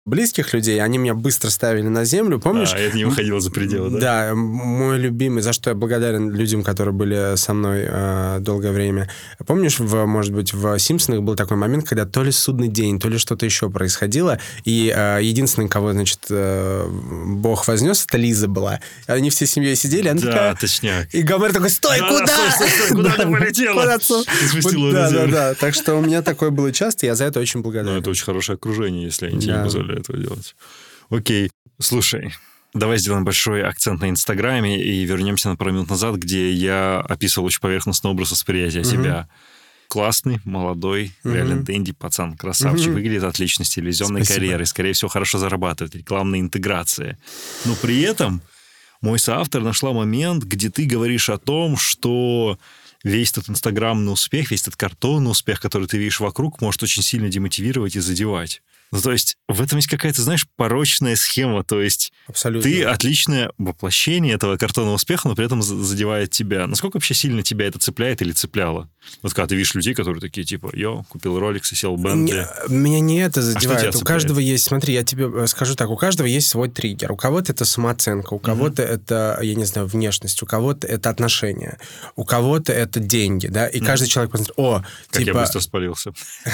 близких людей, они меня быстро ставили на землю, помнишь? А, это не выходило за пределы, да? Да, мой любимый, за что я благодарен людям, которые были со мной э, долгое время. Помнишь, в, может быть, в «Симпсонах» был такой момент, когда то ли судный день, то ли что-то еще происходило, и э, единственный, кого, значит, э, Бог вознес, это Лиза была. Они все семьей сидели, она да, такая... точняк. И Гомер такой, стой, да, куда? Да, стой, стой, стой, куда ты полетела? Да, да, да. Так что у меня такое было часто, я за это очень благодарен. Ну, это очень хорошее окружение, если они тебе не позволяют этого делать. Окей. Слушай, давай сделаем большой акцент на Инстаграме и вернемся на пару минут назад, где я описывал очень поверхностный образ восприятия mm-hmm. себя. Классный, молодой, mm-hmm. реально денди пацан, красавчик, mm-hmm. выглядит отлично, с телевизионной Спасибо. карьерой, скорее всего, хорошо зарабатывает, рекламная интеграция. Но при этом мой соавтор нашла момент, где ты говоришь о том, что весь этот инстаграмный успех, весь этот картонный успех, который ты видишь вокруг, может очень сильно демотивировать и задевать. Ну, то есть в этом есть какая-то, знаешь, порочная схема. То есть Абсолютно. Ты отличное воплощение этого картонного успеха, но при этом задевает тебя. Насколько вообще сильно тебя это цепляет или цепляло? Вот когда ты видишь людей, которые такие, типа, йо, купил Rolex и сел в Bentley. Меня не это задевает. А у каждого есть, смотри, я тебе скажу так, у каждого есть свой триггер. У кого-то это самооценка, у кого-то mm-hmm. это, я не знаю, внешность, у кого-то это отношения, у кого-то это деньги, да, и mm-hmm. каждый человек посмотрит, о, как типа... я быстро спалился.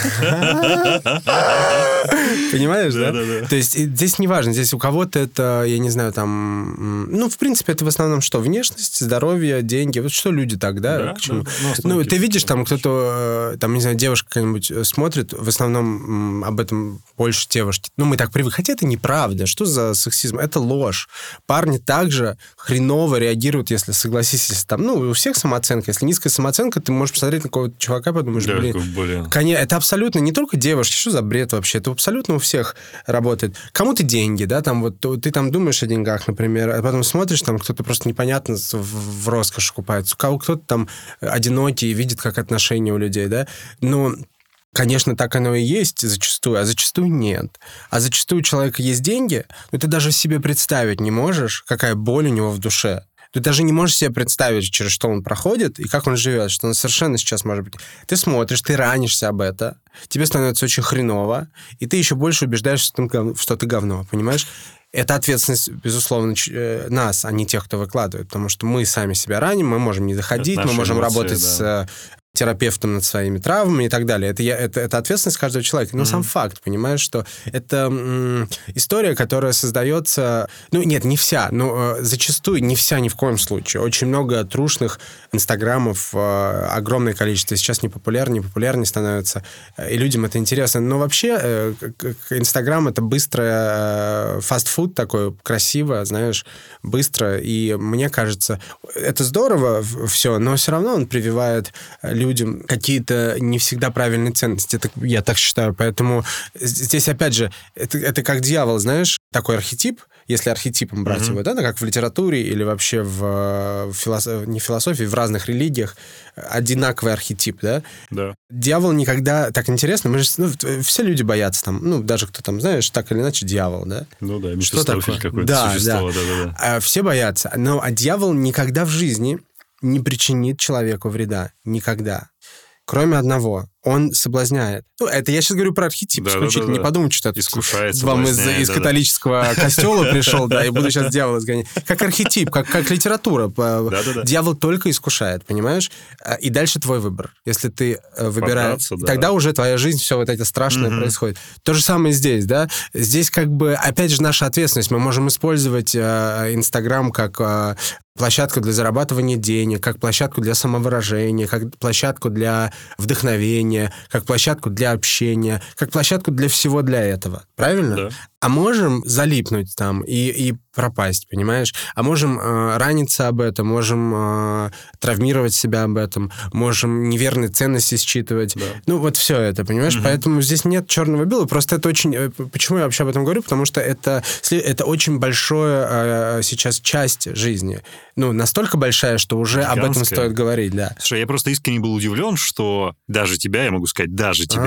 Понимаешь, да? Да, да, да. То есть здесь не важно, здесь у кого-то это, я не знаю, там... Ну, в принципе, это в основном что? Внешность, здоровье, деньги. Вот что люди так, да? Да, к чему? да. Ну, ну ты видишь, там кто-то, там, не знаю, девушка какая-нибудь смотрит, в основном об этом больше девушки. Ну, мы так привыкли. Хотя это неправда. Что за сексизм? Это ложь. Парни также хреново реагируют, если, согласись, если там... Ну, у всех самооценка. Если низкая самооценка, ты можешь посмотреть на какого-то чувака, подумаешь, да, блин... блин. Конечно, это абсолютно не только девушки. Что за бред вообще? Это абсолютно у всех работает. Кому-то деньги, да, там вот ты там думаешь о деньгах, например, а потом смотришь, там кто-то просто непонятно в, в роскошь купается. У кого кто-то там одинокий и видит, как отношения у людей, да. Но конечно, так оно и есть зачастую, а зачастую нет. А зачастую у человека есть деньги, но ты даже себе представить не можешь, какая боль у него в душе. Ты даже не можешь себе представить, через что он проходит и как он живет, что он совершенно сейчас, может быть... Ты смотришь, ты ранишься об это, тебе становится очень хреново, и ты еще больше убеждаешься, что ты говно, понимаешь? Это ответственность, безусловно, нас, а не тех, кто выкладывает, потому что мы сами себя раним, мы можем не доходить, мы можем эмоции, работать да. с... терапевтом над своими травмами и так далее. Это, я, это, это ответственность каждого человека. Но mm-hmm. сам факт, понимаешь, что это м- история, которая создается... Ну, нет, не вся, но э, зачастую не вся ни в коем случае. Очень много трушных инстаграмов, э, огромное количество. Сейчас непопулярнее, популярнее становится, и людям это интересно. Но вообще э, инстаграм — это быстрое, э, фастфуд такой, красиво, знаешь, быстро. И мне кажется, это здорово все, но все равно он прививает людям какие-то не всегда правильные ценности. Это, я так считаю. Поэтому здесь, опять же, это, это как дьявол, знаешь, такой архетип, если архетипом брать mm-hmm. его, да, как в литературе или вообще в, в философ... не в философии, в разных религиях одинаковый архетип, да? Да. Дьявол никогда... Так интересно, мы же... Ну, все люди боятся там, ну, даже кто там, знаешь, так или иначе, дьявол, да? Ну да, Мефистофель какое-то да, существо. Да. Да, да, да. Все боятся. Но а дьявол никогда в жизни не причинит человеку вреда. Никогда. Кроме одного. Он соблазняет. Ну, это я сейчас говорю про архетип. Да, исключительно. Да, да, да. Не подумайте, что это искушает, вам из, из да, католического да. костела пришел, да, и буду сейчас дьявола сгонять. Как архетип, как, как литература. Да, да, да. Дьявол только искушает, понимаешь? И дальше твой выбор. Если ты выбираешь... Да. Тогда уже твоя жизнь, все вот это страшное угу. происходит. То же самое здесь, да? Здесь как бы, опять же, наша ответственность. Мы можем использовать Инстаграм как площадку для зарабатывания денег, как площадку для самовыражения, как площадку для вдохновения, как площадку для общения, как площадку для всего для этого. Правильно? Да. А можем залипнуть там и, и пропасть, понимаешь? А можем э, раниться об этом, можем э, травмировать себя об этом, можем неверные ценности считывать. Да. Ну, вот все это, понимаешь? Угу. Поэтому здесь нет черного-белого. Просто это очень... Почему я вообще об этом говорю? Потому что это, это очень большая э, сейчас часть жизни. Ну, настолько большая, что уже Гигантская. Об этом стоит говорить, да. Слушай, я просто искренне был удивлен, что даже тебя, я могу сказать, даже тебя... А?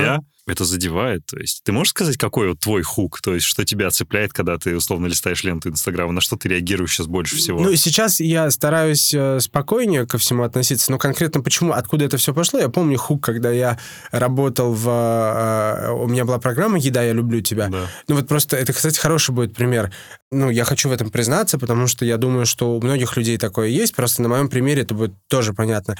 это задевает. То есть ты можешь сказать, какой вот твой хук? То есть что тебя цепляет, когда ты условно листаешь ленту Инстаграма? На что ты реагируешь сейчас больше всего? Ну, сейчас я стараюсь спокойнее ко всему относиться, но конкретно почему, откуда это все пошло? Я помню хук, когда я работал в... У меня была программа «Еда, я люблю тебя». Да. Ну, вот просто это, кстати, хороший будет пример. Ну, я хочу в этом признаться, потому что я думаю, что у многих людей такое есть. Просто на моем примере это будет тоже понятно.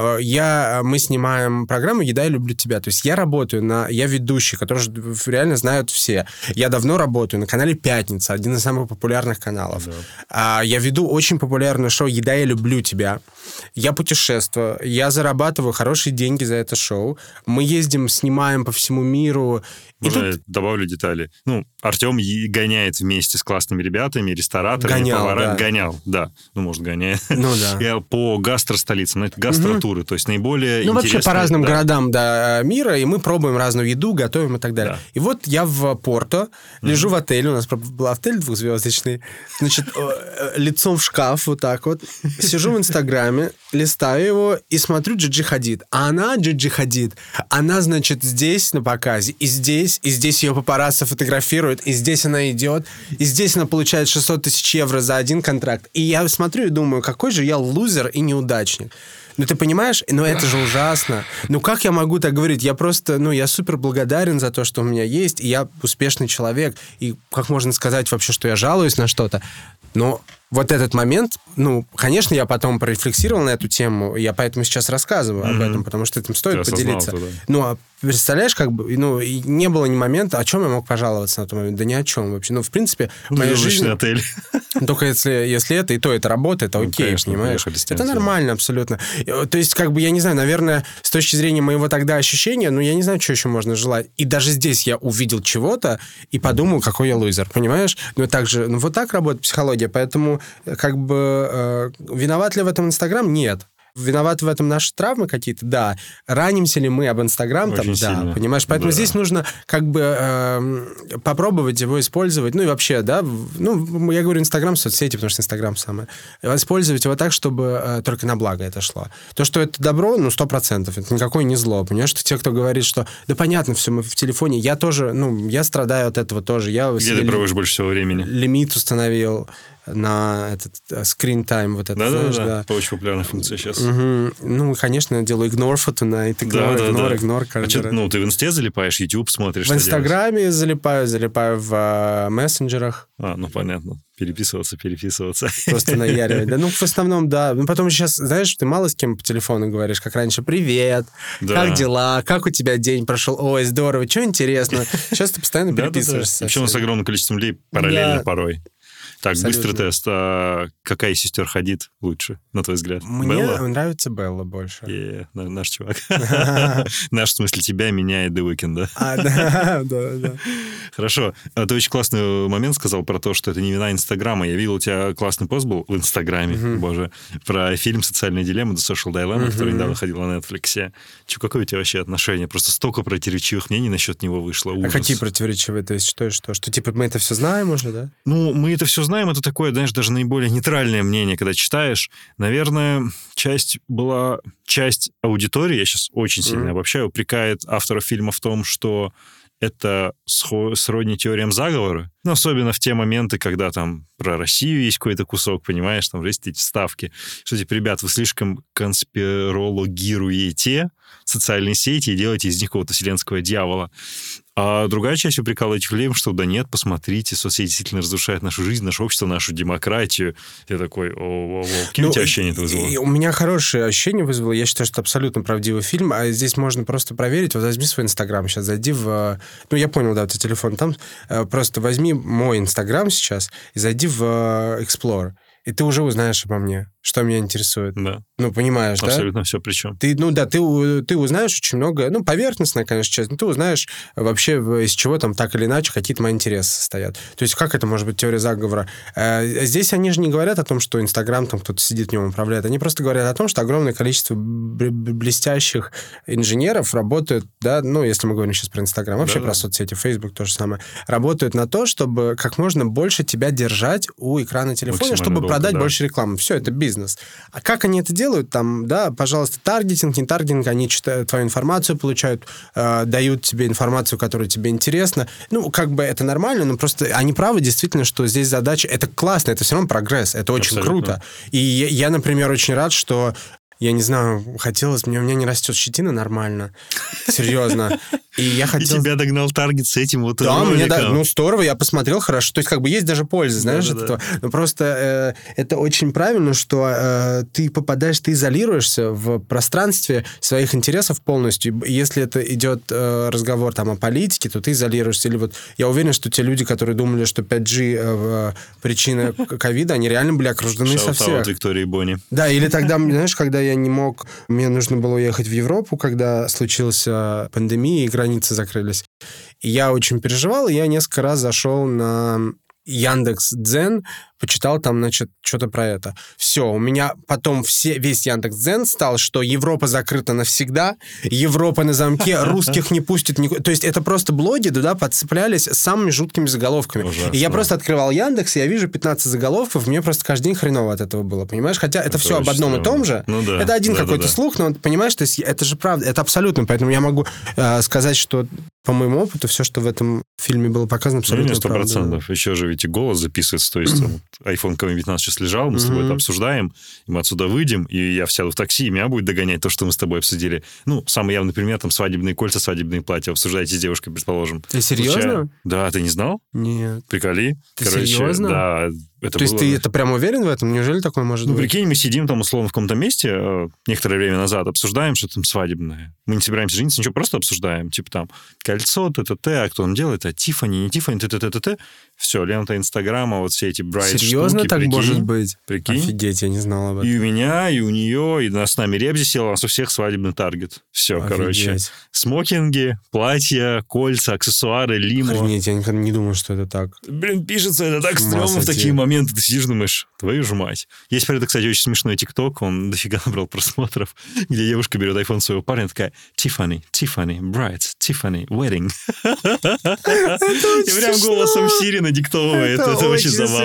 Я... Мы снимаем программу «Еда, я люблю тебя». То есть я работаю на... Я ведущий, который реально знают все. Я давно работаю на канале «Пятница», один из самых популярных каналов. Да. Я веду очень популярное шоу «Еда, я люблю тебя». Я путешествую, я зарабатываю хорошие деньги за это шоу. Мы ездим, снимаем по всему миру. Можно я тут... добавлю детали? Ну, Артем гоняет вместе с классными ребятами, рестораторами, гонял, поварами. Да. Гонял, да. Ну, может, гоняет. Ну, да. Я по гастростолицам, это гастротуры, угу. То есть наиболее Ну, интересные... вообще по разным да. городам да, мира, и мы пробуем разную еду, готовим и так далее. Да. И вот я в Порто, лежу mm-hmm. в отеле, у нас был отель двухзвездочный, значит, лицом в шкаф вот так вот, сижу в Инстаграме, листаю его и смотрю Джиджи Хадид. А она, Джиджи Хадид, она, значит, здесь на показе, и здесь, и здесь ее папарацци фотографируют, и здесь она идет, и здесь она получает шестьсот тысяч евро за один контракт. И я смотрю и думаю, какой же я лузер и неудачник. Ну, ты понимаешь? Ну, это же ужасно. Ну, как я могу так говорить? Я просто, ну, я супер благодарен за то, что у меня есть, и я успешный человек, и как можно сказать вообще, что я жалуюсь на что-то? Но вот этот момент, ну, конечно, я потом порефлексировал на эту тему, я поэтому сейчас рассказываю mm-hmm. об этом, потому что этим стоит ты поделиться. Да. Ну, а представляешь, как бы, ну, и не было ни момента, о чем я мог пожаловаться на тот момент? Да ни о чем вообще. Ну, в принципе, моя жизнь... отель. Только если, если это, и то это работает, это окей, ну, конечно, понимаешь? Это нормально абсолютно. То есть, как бы, я не знаю, наверное, с точки зрения моего тогда ощущения, ну, я не знаю, что еще можно желать. И даже здесь я увидел чего-то и подумал, какой я лузер, понимаешь? Ну, так же, ну, вот так работает психология, поэтому, как бы, э, виноват ли в этом Инстаграм? Нет. Виноваты в этом наши травмы какие-то? Да. Ранимся ли мы об Инстаграм? Там, да, сильно. Понимаешь? Поэтому да. здесь нужно как бы э, попробовать его использовать. Ну и вообще, да, ну, я говорю Инстаграм, соцсети, потому что Инстаграм самое. Использовать его так, чтобы э, только на благо это шло. То, что это добро, ну, сто процентов. Это никакое не зло. Понимаешь? Что те, кто говорит, что да понятно, все, мы в телефоне. Я тоже, ну, я страдаю от этого тоже. Я Где ты проводишь больше всего времени? Лимит установил на этот screen time, вот это, да, знаешь, да, да. да. Очень популярная функция сейчас. Угу. Ну, конечно, я делаю ignore Fortnite, ignore, да, да, ignore, да. ignore. А что, ну, ты в Инсте залипаешь, YouTube смотришь? В Инстаграме залипаю, залипаю в uh, мессенджерах. А, ну, понятно. Переписываться, переписываться. Просто наяривать. Да, ну, в основном, да. Ну, потом сейчас, знаешь, ты мало с кем по телефону говоришь, как раньше. Привет, да. Как дела, как у тебя день прошел? Ой, здорово, что интересно? Сейчас ты постоянно переписываешься. Причем с огромным количеством людей параллельно порой. Так, абсолютно. Быстрый тест. А какая из сестер Хадид лучше, на твой взгляд? Мне Белла? нравится Белла больше. Yeah, наш чувак. Наш, в смысле, тебя меняет The Weeknd, да? А, да, да, да. Хорошо. Ты очень классный момент сказал про то, что это не вина Инстаграма. Я видел, у тебя классный пост был в Инстаграме, боже, про фильм «Социальная дилемма» The Social Dilemma, который недавно ходил на Netflix. Че, какое у тебя вообще отношение? Просто столько противоречивых мнений насчет него вышло. Ужас. А какие противоречивые? То есть что и что? Что, типа, мы это все знаем уже, да? Ну, мы это все знаем. Знаем, это такое, знаешь, даже наиболее нейтральное мнение, когда читаешь. Наверное, часть была... Часть аудитории, я сейчас очень сильно mm-hmm. обобщаю, упрекает автора фильма в том, что это сродни теориям заговора. Ну, особенно в те моменты, когда там про Россию есть какой-то кусок, понимаешь, там есть эти вставки. Что, типа, ребят, вы слишком конспирологируете социальные сети и делаете из них какого-то вселенского дьявола. А другая часть упрекала этих людей, что да нет, посмотрите, соцсети действительно разрушают нашу жизнь, наше общество, нашу демократию. Я такой, о-о-о, какие ну, у тебя ощущения это вызвало? У меня хорошее ощущение вызвало. Я считаю, что это абсолютно правдивый фильм. А здесь можно просто проверить. Вот возьми свой Инстаграм сейчас, зайди в... Ну, я понял, да, у тебя телефон там. Просто возьми мой Инстаграм сейчас и зайди в Explorer. И ты уже узнаешь обо мне, что меня интересует. Да. Ну, понимаешь, абсолютно да? Абсолютно все причем. Ты, ну да, ты, ты узнаешь очень много, ну, поверхностная, конечно, часть, но ты узнаешь вообще, из чего там так или иначе какие-то мои интересы состоят. То есть как это может быть теория заговора? Здесь они же не говорят о том, что Инстаграм, там кто-то сидит в нем управляет. Они просто говорят о том, что огромное количество блестящих инженеров работают, да, ну, если мы говорим сейчас про Инстаграм, вообще да, про да. соцсети, Facebook то же самое, работают на то, чтобы как можно больше тебя держать у экрана телефона, чтобы продать да. больше рекламы. Все, это бизнес. бизнес. А как они это делают? Там, да, пожалуйста, таргетинг, не таргетинг, они читают твою информацию, получают, э, дают тебе информацию, которая тебе интересна. Ну, как бы это нормально, но просто они правы действительно, что здесь задача... Это классно, это все равно прогресс, это очень Абсолютно. Круто. И я, я, например, очень рад, что я не знаю, хотелось... Мне, у меня не растет щетина нормально. Серьезно. И я хотел... И тебя догнал таргет с этим вот Да, мне да, ну здорово, я посмотрел, хорошо. То есть как бы есть даже польза, знаешь, да, от да, этого. да. Но просто э, это очень правильно, что э, ты попадаешь, ты изолируешься в пространстве своих интересов полностью. И если это идет э, разговор там о политике, то ты изолируешься. Или вот я уверен, что те люди, которые думали, что пять джи э, причина ковида, они реально были окружены со всех. Шаут-аут Виктории Бонни. Да, или тогда, знаешь, когда я не мог... Мне нужно было уехать в Европу, когда случилась пандемия, и границы закрылись. И я очень переживал, и я несколько раз зашел на Яндекс.Дзен, почитал там, значит, что-то про это. Все, у меня потом все, весь Яндекс.Дзен стал, что Европа закрыта навсегда, Европа на замке, русских не пустят никуда. То есть это просто блоги туда подцеплялись с самыми жуткими заголовками. Ужасно. И я просто открывал Яндекс, и я вижу пятнадцать заголовков, мне просто каждый день хреново от этого было, понимаешь? Хотя это, это все об одном и том же. Ну, да. Это один да, какой-то да, да. слух, но, понимаешь, то есть это же правда, это абсолютно. Поэтому я могу э, сказать, что по моему опыту все, что в этом фильме было показано, абсолютно сто процентов. правда. Еще же ведь и голос записывается, то есть iPhone ка эм девятнадцать сейчас лежал, мы с тобой mm-hmm. это обсуждаем, и мы отсюда выйдем, и я сяду в такси, и меня будет догонять то, что мы с тобой обсудили. Ну, самый явный пример, там, свадебные кольца, свадебные платья, обсуждаете с девушкой, предположим. Ты серьезно? Случайно. Да, ты не знал? Нет. Приколи. Ты Короче, серьезно? Да. Это То было... есть ты это прям уверен в этом? Неужели такое может ну, быть? Ну, прикинь, мы сидим там, условно, в каком-то месте, э, некоторое время назад обсуждаем, что там свадебное. Мы не собираемся жениться, ничего, просто обсуждаем. Типа там кольцо, т-т-т, а кто он делает, а Тиффани, не Тиффани, т-т-т-т-т. Все, лента Инстаграма, вот все эти брайт штуки. Серьезно так прикинь, может быть? Прикинь. Офигеть, я не знал об этом. И у меня, и у нее, и нас с нами Ребзи села, у нас у всех свадебный таргет. Все, Офигеть. Короче. Смокинги, платья, кольца, аксессуары, лимо. Охренеть, я никогда не думал, что это так. Блин, пишется это так стрёмно в такие моменты. Ты сидишь, думаешь, твою же мать. Есть, правда, кстати, очень смешной ТикТок, он дофига набрал просмотров, где девушка берет айфон своего парня, такая, Tiffany, Tiffany, Bright, Tiffany, Wedding. И прям голосом Сири надиктовывает. Это очень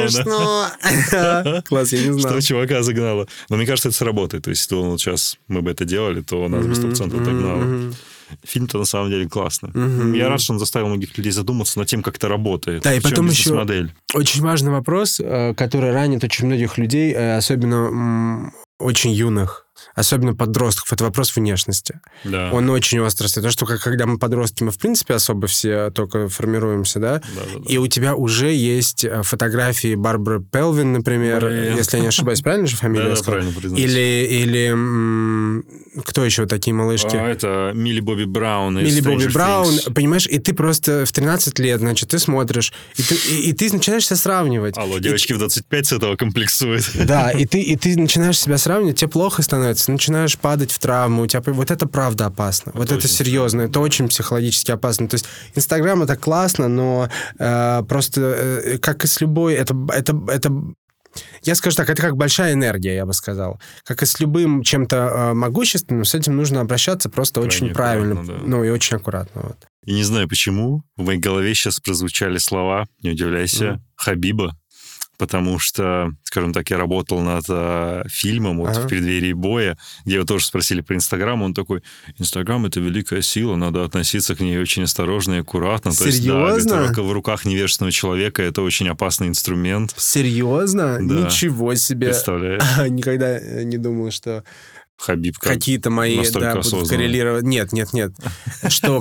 забавно. Класс, я не знал. Что чувака загнало. Но мне кажется, это сработает. То есть, если сейчас мы бы это делали, то нас бы сто процентов догнало. Фильм-то на самом деле классный. Mm-hmm. Я рад, что он заставил многих людей задуматься над тем, как это работает. Да, и потом еще модель. Очень важный вопрос, который ранит очень многих людей, особенно очень юных, особенно подростков, это вопрос внешности. Да. Он очень остро стоит. То, что когда мы подростки, мы, в принципе, особо все только формируемся, да? Да, да, да. И у тебя уже есть фотографии Барбары Пелвин, например, Блин. Если я не ошибаюсь, правильно же фамилия? Да, правильно признаюсь. Или, или м- кто еще такие малышки? А, это Милли Бобби Браун. Милли Бобби Браун, понимаешь, и ты просто в тринадцать лет, значит, ты смотришь, и ты, и, и ты начинаешь себя сравнивать. Алло, девочки и, в двадцать пять с этого комплексуют. Да, и ты, и ты начинаешь себя сравнивать, тебе плохо становится, начинаешь падать в травму, у тебя... Вот это правда опасно. Это вот это серьезно, это очень психологически опасно. То есть Инстаграм — это классно, но э, просто, э, как и с любой... Это, это, это, я скажу так, это как большая энергия, я бы сказал. Как и с любым чем-то э, могущественным, с этим нужно обращаться просто Крайне очень правильно, да. Ну и очень аккуратно. Вот. И не знаю почему, в моей голове сейчас прозвучали слова, не удивляйся, mm. Хабиба. Потому что, скажем так, я работал над э, фильмом вот, ага. в преддверии боя, где его тоже спросили про Инстаграм. Он такой, Инстаграм — это великая сила, надо относиться к ней очень осторожно и аккуратно. Серьезно? То есть, да, в руках невежественного человека это очень опасный инструмент. Серьезно? Да. Ничего себе. Представляешь? Никогда не думал, что... Хабиб как какие-то мои, да, будут коррелировать. Нет, нет, нет. Что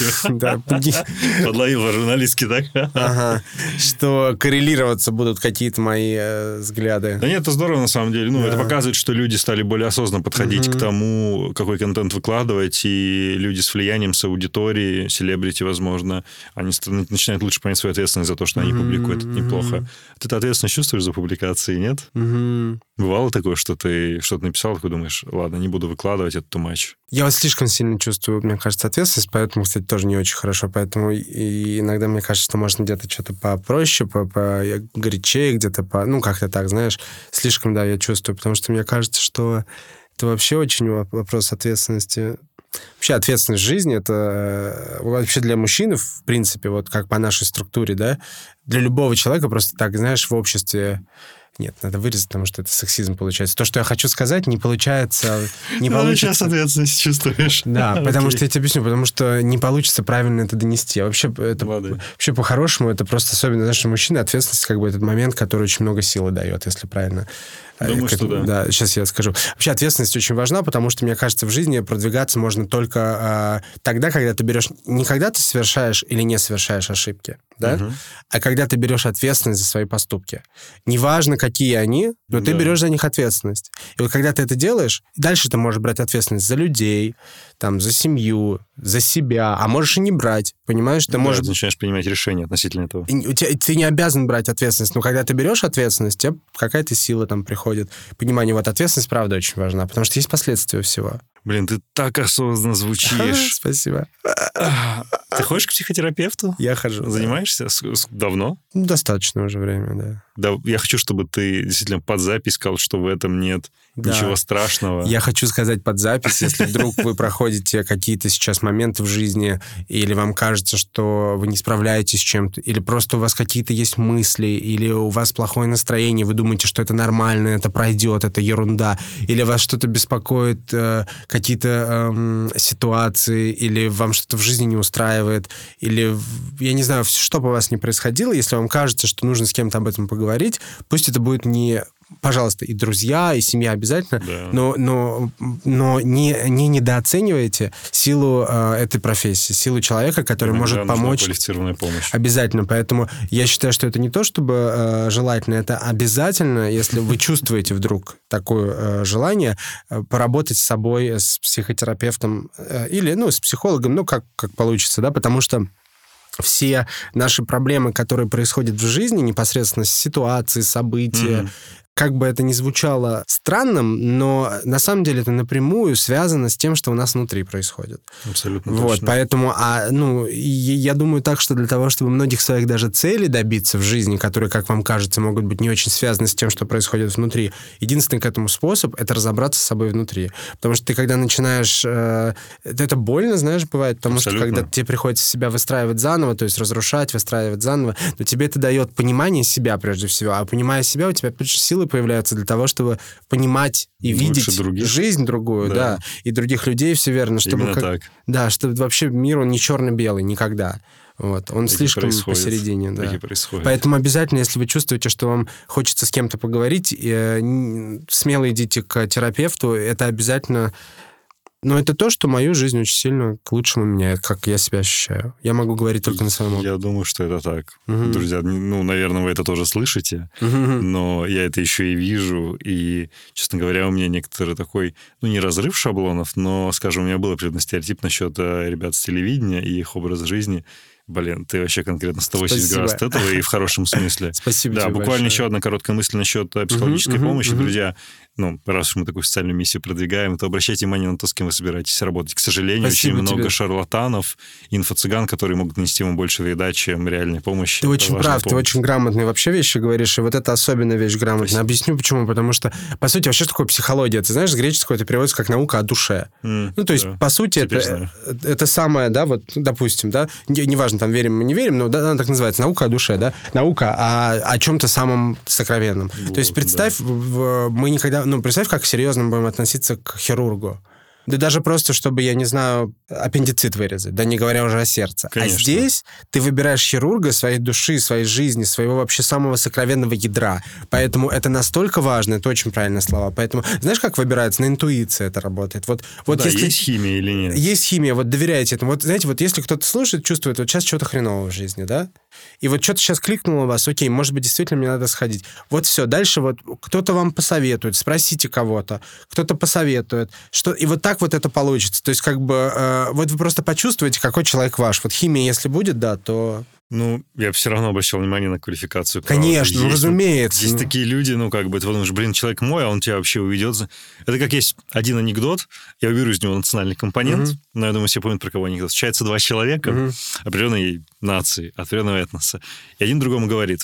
подловил журналистки, так? Ага. Что коррелироваться будут какие-то мои взгляды. Да нет, это здорово на самом деле. Ну, это показывает, что люди стали более осознанно подходить к тому, какой контент выкладывать, и люди с влиянием, с аудиторией, селебрити, возможно, они начинают лучше понять свою ответственность за то, что они публикуют. Это неплохо. Ты ответственность чувствуешь за публикации, нет? Бывало такое, что ты что-то написал, такой думаешь, ладно, не буду выкладывать, это too much. Я вот слишком сильно чувствую, мне кажется, ответственность, поэтому, кстати, тоже не очень хорошо. Поэтому и иногда мне кажется, что можно где-то что-то попроще, погорячее, где-то по... Ну, как-то так, знаешь. Слишком, да, я чувствую, потому что мне кажется, что это вообще очень вопрос ответственности. Вообще ответственность в жизни — это вообще для мужчины, в принципе, вот как по нашей структуре, да, для любого человека просто так, знаешь, в обществе Нет, надо вырезать, потому что это сексизм получается. То, что я хочу сказать, не получается... Не ну, получится... сейчас ответственность чувствуешь. Да, потому okay. что я тебе объясню, потому что не получится правильно это донести. А вообще, это, вообще по-хорошему, это просто особенно, знаешь, мужчины, ответственность, как бы этот момент, который очень много силы дает, если правильно... Думаю, как, что да. Да, сейчас я скажу. Вообще ответственность очень важна, потому что, мне кажется, в жизни продвигаться можно только э, тогда, когда ты берешь... Не когда ты совершаешь или не совершаешь ошибки, да? Uh-huh. А когда ты берешь ответственность за свои поступки. Неважно, какие они, но да. ты берешь за них ответственность. И вот когда ты это делаешь, дальше ты можешь брать ответственность за людей, там, за семью, за себя, а можешь и не брать, понимаешь? Ты да, можешь... ты начинаешь принимать решения относительно этого. И, у тебя, ты не обязан брать ответственность, но когда ты берешь ответственность, тебе какая-то сила там приходит. Понимание, вот ответственность, правда, очень важна, потому что есть последствия всего. Блин, ты так осознанно звучишь. Спасибо. Ты ходишь к психотерапевту? Я хожу. Занимаешься? Да. Давно? Достаточно уже время, да. Да, я хочу, чтобы ты действительно под запись сказал, что в этом нет да. ничего страшного. Я хочу сказать под запись, если вдруг вы проходите какие-то сейчас моменты в жизни, или вам кажется, что вы не справляетесь с чем-то, или просто у вас какие-то есть мысли, или у вас плохое настроение, вы думаете, что это нормально, это пройдет, это ерунда, или вас что-то беспокоит, э, какие-то э, ситуации, или вам что-то в жизни не устраивает, или, я не знаю, что бы у вас ни происходило, если вам кажется, что нужно с кем-то об этом поговорить, пусть это будет не... Пожалуйста, и друзья, и семья обязательно, да. но, но, но не, не недооценивайте силу э, этой профессии, силу человека, который Иногда может помочь. Квалифицированная помощь. Обязательно. Поэтому я считаю, что это не то, чтобы э, желательно, это обязательно, если вы чувствуете вдруг такое э, желание, э, поработать с собой, с психотерапевтом э, или ну, с психологом, ну, как, как получится, да, потому что все наши проблемы, которые происходят в жизни, непосредственно ситуации, события, mm-hmm. как бы это ни звучало странным, но на самом деле это напрямую связано с тем, что у нас внутри происходит. Абсолютно вот, точно. Поэтому, а, ну, я думаю так, что для того, чтобы многих своих даже целей добиться в жизни, которые, как вам кажется, могут быть не очень связаны с тем, что происходит внутри, единственный к этому способ — это разобраться с собой внутри. Потому что ты, когда начинаешь... Э, это больно, знаешь, бывает, потому Абсолютно. Что когда тебе приходится себя выстраивать заново, то есть разрушать, выстраивать заново, но тебе это дает понимание себя прежде всего, а понимая себя, у тебя силы появляются для того, чтобы понимать и Лучше видеть других. Жизнь другую, да. да, и других людей, все верно. Чтобы Именно как, так. Да, чтобы вообще мир, он не черно-белый никогда. Вот. Он так слишком посередине. Да. Поэтому обязательно, если вы чувствуете, что вам хочется с кем-то поговорить, э, смело идите к терапевту. Это обязательно... Но это то, что мою жизнь очень сильно к лучшему меняет, как я себя ощущаю. Я могу говорить только на своем опыте. Я думаю, что это так. Угу. Друзья, ну, наверное, вы это тоже слышите, угу. но я это еще и вижу. И, честно говоря, у меня некоторый такой, ну, не разрыв шаблонов, но, скажем, у меня был определенный стереотип насчет ребят с телевидения и их образа жизни. Блин, ты вообще конкретно сто восемьдесят градусов от этого, и в хорошем смысле. Спасибо да, тебе буквально большое. Еще одна короткая мысль насчет психологической uh-huh, помощи. Uh-huh. Друзья, ну, раз уж мы такую социальную миссию продвигаем, то обращайте внимание на то, с кем вы собираетесь работать. К сожалению, Спасибо очень много тебе. Шарлатанов, инфо-цыган, которые могут нанести вам больше вреда, чем реальной помощи. Ты это очень прав, помощь. Ты очень грамотные вообще вещи говоришь, и вот это особенно вещь грамотная. Спасибо. Объясню, почему. Потому что, по сути, вообще что такое психология? Ты знаешь, с греческого это переводится как наука о душе. Mm, ну, то есть, да. по сути, это, это самое, да, вот, допустим, да, неважно, там, верим мы, не верим, но да, она так называется, наука о душе, да, наука о, о чем-то самом сокровенном. Вот, то есть представь, да. в, мы никогда, ну, представь, как серьезно мы будем относиться к хирургу. Да даже просто, чтобы, я не знаю, аппендицит вырезать, да не говоря уже о сердце. Конечно. А здесь ты выбираешь хирурга своей души, своей жизни, своего вообще самого сокровенного ядра. Поэтому это настолько важно, это очень правильные слова. Поэтому, знаешь, как выбирается? На интуиции это работает. Вот, вот да, если... есть химия или нет? Есть химия, вот доверяйте этому. Вот, знаете, вот если кто-то слушает, чувствует, вот сейчас что-то хреново в жизни, да? И вот что-то сейчас кликнуло у вас, окей, может быть, действительно мне надо сходить. Вот все, дальше вот кто-то вам посоветует, спросите кого-то, кто-то посоветует, что... и вот так вот это получится. То есть как бы э, вот вы просто почувствуете, какой человек ваш. Вот химия, если будет, да, то... Ну, я все равно обращал внимание на квалификацию. Конечно, ну, разумеется. Есть ну. такие люди, ну, как бы, ты подумаешь, блин, человек мой, а он тебя вообще уведет. Это как есть один анекдот, я уберу из него национальный компонент, uh-huh. но я думаю, все помнят, про кого анекдот. Встречаются два человека uh-huh. определенной нации, определенного этноса, и один другому говорит: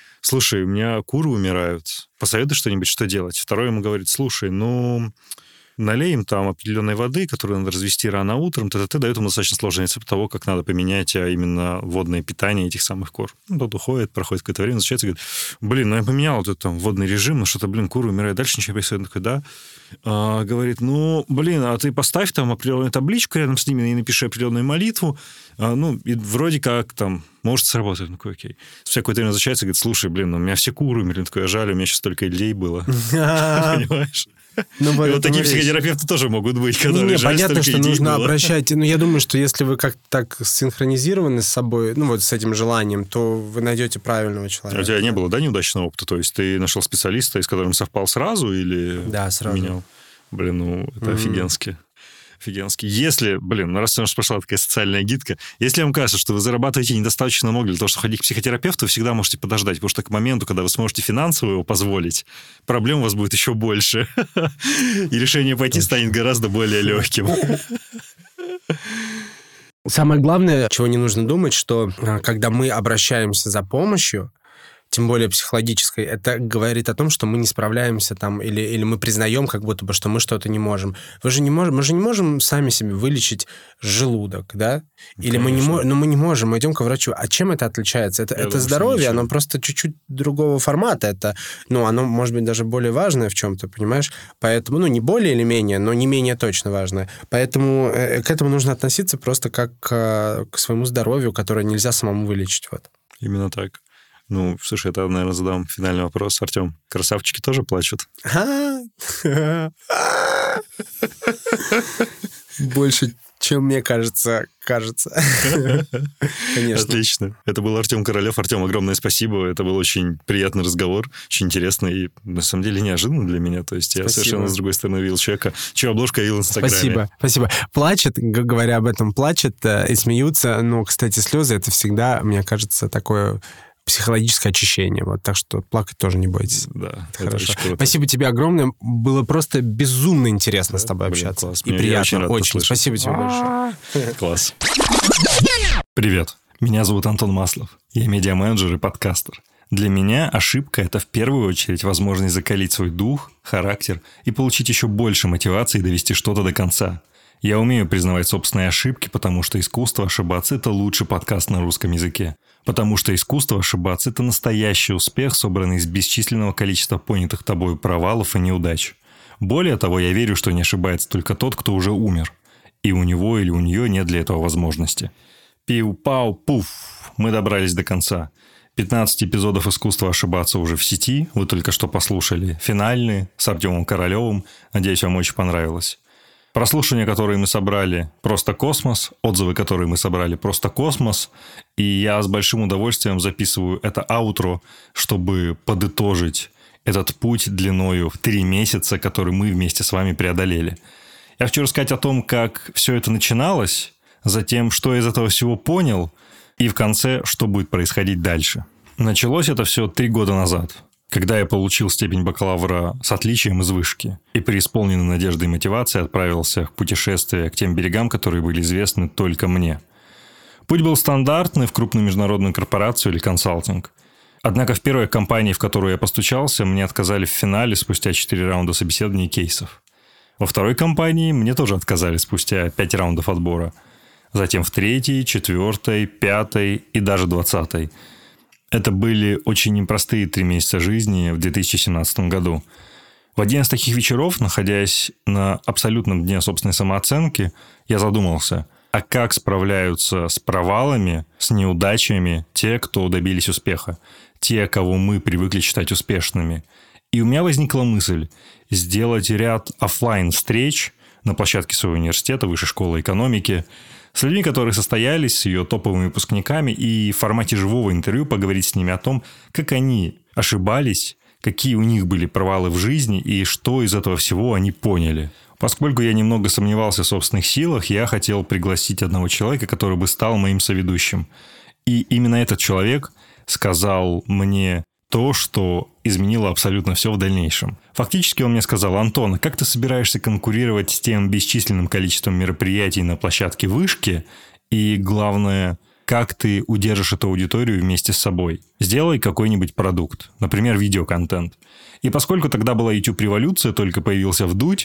слушай, у меня куры умирают, посоветуй что-нибудь, что делать. Второй ему говорит: слушай, ну... налей им там определенной воды, которую надо развести рано утром, т.д. дает им достаточно сложный рецепт того, как надо поменять а именно водное питание этих самых кур. Ну, тот уходит, проходит какое-то время, возвращается и говорит, блин, ну я поменял вот этот там водный режим, ну что-то, блин, куры умирают, дальше ничего не происходит. Он такой, да. А, говорит, ну, блин, а ты поставь там определенную табличку рядом с ними и напиши определенную молитву, а, ну, и вроде как там может сработать. Ну, окей. Спустя какое-то время возвращается и говорит, слушай, блин, ну, у меня все куры умерли. Он такой, жаль, у меня сейчас столько людей было. Понимаешь? Ну, и вот такие психотерапевты тоже могут быть, которые не, понятно, что нужно было. обращать... Ну, я думаю, что если вы как-то так синхронизированы с собой, ну, вот с этим желанием, то вы найдете правильного человека. А у тебя не было, да, неудачного опыта? То есть ты нашел специалиста, с которым совпал сразу или да, сразу. менял? Блин, ну, это mm-hmm. офигенски. Офигенски. Если, блин, ну раз у нас пошла такая социальная гидка, если вам кажется, что вы зарабатываете недостаточно много для того, чтобы ходить к психотерапевту, вы всегда можете подождать, потому что к моменту, когда вы сможете финансово его позволить, проблем у вас будет еще больше. И решение пойти станет гораздо более легким. Самое главное, чего не нужно думать, что когда мы обращаемся за помощью, тем более психологической, это говорит о том, что мы не справляемся там, или, или мы признаем как будто бы, что мы что-то не можем. Вы же не можем, мы же не можем сами себе вылечить желудок, да? Или мы не, ну, мы не можем, мы идем к врачу. А чем это отличается? Это, это думаю, здоровье, оно просто чуть-чуть другого формата. Это, ну, оно, может быть, даже более важное в чем-то, понимаешь? Поэтому, ну, не более или менее, но не менее точно важное. Поэтому э, к этому нужно относиться просто как э, к своему здоровью, которое нельзя самому вылечить. Вот. Именно так. Ну, слушай, это, наверное, задам финальный вопрос. Артем, красавчики тоже плачут? Больше, чем мне кажется, кажется. Конечно. Отлично. Это был Артем Королев. Артем, огромное спасибо. Это был очень приятный разговор, очень интересный и, на самом деле, неожиданно для меня. То есть спасибо. Я совершенно с другой стороны видел человека, чья обложка я видел в Инстаграме. Спасибо, спасибо. Плачет, говоря об этом, плачет и смеются. Но, кстати, слезы — это всегда, мне кажется, такое... психологическое очищение. Вот, так что плакать тоже не бойтесь. Да, хорошо. Спасибо тебе огромное. Было просто безумно интересно да, с тобой блин, общаться. Класс. И Мне приятно. Очень. очень. Спасибо тебе большое. Класс. Привет. Меня зовут Антон Маслов. Я медиа-менеджер и подкастер. Для меня ошибка – это в первую очередь возможность закалить свой дух, характер и получить еще больше мотивации довести что-то до конца. Я умею признавать собственные ошибки, потому что искусство ошибаться – это лучший подкаст на русском языке. Потому что искусство ошибаться – это настоящий успех, собранный из бесчисленного количества понятых тобой провалов и неудач. Более того, я верю, что не ошибается только тот, кто уже умер. И у него или у нее нет для этого возможности. Пиу-пау-пуф! Мы добрались до конца. пятнадцать эпизодов искусства ошибаться уже в сети. Вы только что послушали финальные с Артемом Королевым. Надеюсь, вам очень понравилось. Прослушивания, которые мы собрали, просто космос. Отзывы, которые мы собрали, просто космос. И я с большим удовольствием записываю это аутро, чтобы подытожить этот путь длиною в три месяца, который мы вместе с вами преодолели. Я хочу рассказать о том, как все это начиналось, затем, что из этого всего понял, и в конце, что будет происходить дальше. Началось это все три года назад, когда я получил степень бакалавра с отличием из вышки и преисполненной надеждой и мотивацией отправился в путешествие к тем берегам, которые были известны только мне. Путь был стандартный в крупную международную корпорацию или консалтинг. Однако в первой компании, в которую я постучался, мне отказали в финале спустя четыре раунда собеседований и кейсов. Во второй компании мне тоже отказали спустя пять раундов отбора. Затем в третьей, четвертой, пятой и даже двадцатой. Это были очень непростые три месяца жизни в две тысячи семнадцатом году. В один из таких вечеров, находясь на абсолютном дне собственной самооценки, я задумался, а как справляются с провалами, с неудачами те, кто добились успеха, те, кого мы привыкли считать успешными. И у меня возникла мысль сделать ряд офлайн-встреч на площадке своего университета, Высшей школы экономики, с людьми, которые состоялись, с ее топовыми выпускниками, и в формате живого интервью поговорить с ними о том, как они ошибались, какие у них были провалы в жизни и что из этого всего они поняли. Поскольку я немного сомневался в собственных силах, я хотел пригласить одного человека, который бы стал моим соведущим. И именно этот человек сказал мне то, что изменило абсолютно все в дальнейшем. Фактически он мне сказал: Антон, как ты собираешься конкурировать с тем бесчисленным количеством мероприятий на площадке вышки? И главное, как ты удержишь эту аудиторию вместе с собой? Сделай какой-нибудь продукт, например, видеоконтент. И поскольку тогда была YouTube-революция, только появился Вдудь,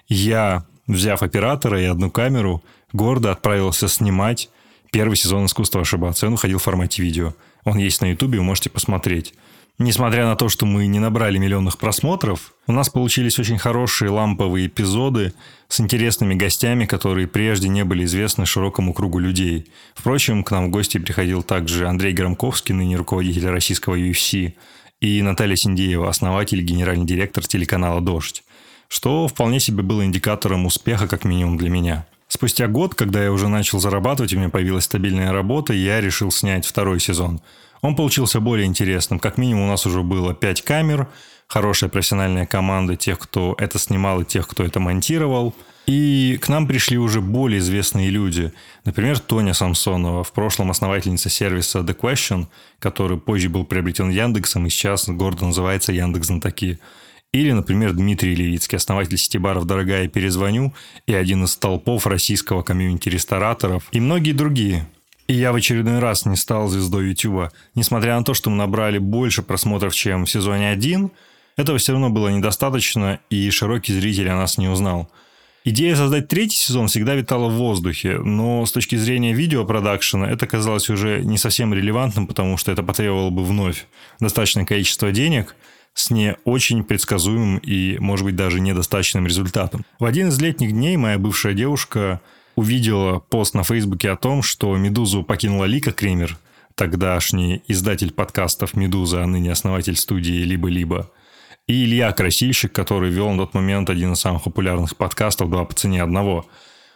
я, взяв оператора и одну камеру, гордо отправился снимать первый сезон «Искусства ошибаться». Он уходил в формате видео. Он есть на Ютубе, вы можете посмотреть. Несмотря на то, что мы не набрали миллионных просмотров, у нас получились очень хорошие ламповые эпизоды с интересными гостями, которые прежде не были известны широкому кругу людей. Впрочем, к нам в гости приходил также Андрей Громковский, ныне руководитель российского ю эф си, и Наталья Синдеева, основатель и генеральный директор телеканала «Дождь», что вполне себе было индикатором успеха, как минимум для меня. Спустя год, когда я уже начал зарабатывать, у меня появилась стабильная работа, я решил снять второй сезон. Он получился более интересным. Как минимум у нас уже было пять камер, хорошая профессиональная команда тех, кто это снимал, и тех, кто это монтировал. И к нам пришли уже более известные люди. Например, Тоня Самсонова, в прошлом основательница сервиса The Question, который позже был приобретен Яндексом и сейчас гордо называется Яндекс.Знатоки. Или, например, Дмитрий Левицкий, основатель сети баров «Дорогая, перезвоню» и один из столпов российского комьюнити рестораторов, и многие другие. И я в очередной раз не стал звездой Ютуба. Несмотря на то, что мы набрали больше просмотров, чем в сезоне один, этого все равно было недостаточно, и широкий зритель о нас не узнал. Идея создать третий сезон всегда витала в воздухе, но с точки зрения видеопродакшена это казалось уже не совсем релевантным, потому что это потребовало бы вновь достаточное количество денег с не очень предсказуемым и, может быть, даже недостаточным результатом. В один из летних дней моя бывшая девушка увидела пост на Фейсбуке о том, что «Медузу» покинула Лика Кремер, тогдашний издатель подкастов «Медуза», а ныне основатель студии «Либо-либо», и Илья Красильщик, который вел на тот момент один из самых популярных подкастов «Два по цене одного».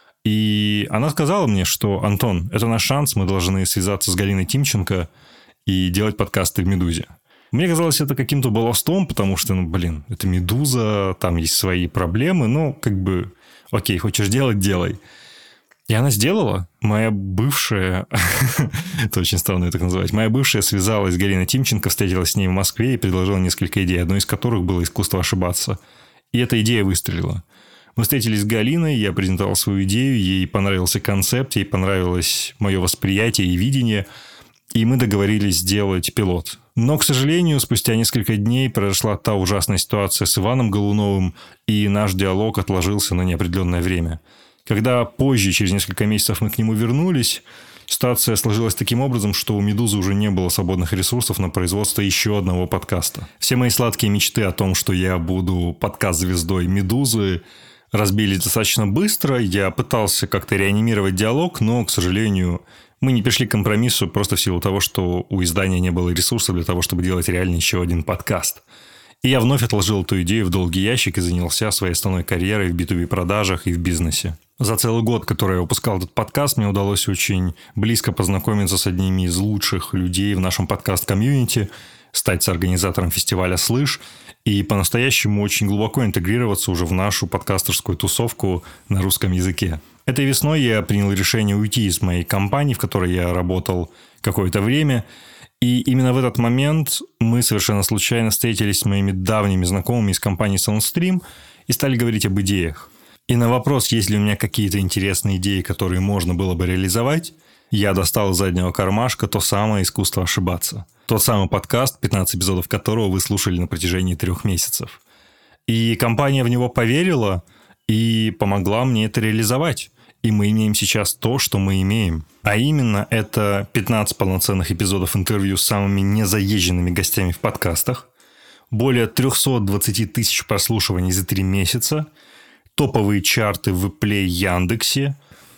И она сказала мне, что «Антон, это наш шанс, мы должны связаться с Галиной Тимченко и делать подкасты в «Медузе». Мне казалось это каким-то балластом, потому что, ну, блин, это «Медуза», там есть свои проблемы, ну, как бы, окей, хочешь делать – делай. И она сделала. Моя бывшая, это очень странно это так называть, моя бывшая связалась с Галиной Тимченко, встретилась с ней в Москве и предложила несколько идей, одной из которых было «Искусство ошибаться». И эта идея выстрелила. Мы встретились с Галиной, я презентовал свою идею, ей понравился концепт, ей понравилось мое восприятие и видение, и мы договорились сделать пилот. Но, к сожалению, спустя несколько дней произошла та ужасная ситуация с Иваном Голуновым, и наш диалог отложился на неопределенное время. Когда позже, через несколько месяцев, мы к нему вернулись, ситуация сложилась таким образом, что у «Медузы» уже не было свободных ресурсов на производство еще одного подкаста. Все мои сладкие мечты о том, что я буду подкаст-звездой «Медузы», разбились достаточно быстро. Я пытался как-то реанимировать диалог, но, к сожалению, мы не пришли к компромиссу просто в силу того, что у издания не было ресурсов для того, чтобы делать реально еще один подкаст. И я вновь отложил эту идею в долгий ящик и занялся своей основной карьерой в би ту би-продажах и в бизнесе. За целый год, который я выпускал этот подкаст, мне удалось очень близко познакомиться с одними из лучших людей в нашем подкаст-комьюнити, стать соорганизатором фестиваля «Слышь» и по-настоящему очень глубоко интегрироваться уже в нашу подкастерскую тусовку на русском языке. Этой весной я принял решение уйти из моей компании, в которой я работал какое-то время. И именно в этот момент мы совершенно случайно встретились с моими давними знакомыми из компании Soundstream и стали говорить об идеях. И на вопрос, есть ли у меня какие-то интересные идеи, которые можно было бы реализовать, я достал из заднего кармашка то самое «Искусство ошибаться». Тот самый подкаст, пятнадцать эпизодов которого вы слушали на протяжении трех месяцев. И компания в него поверила и помогла мне это реализовать. И мы имеем сейчас то, что мы имеем. А именно, это пятнадцать полноценных эпизодов интервью с самыми незаезженными гостями в подкастах, более триста двадцать тысяч прослушиваний за три месяца, топовые чарты в Play Яндексе,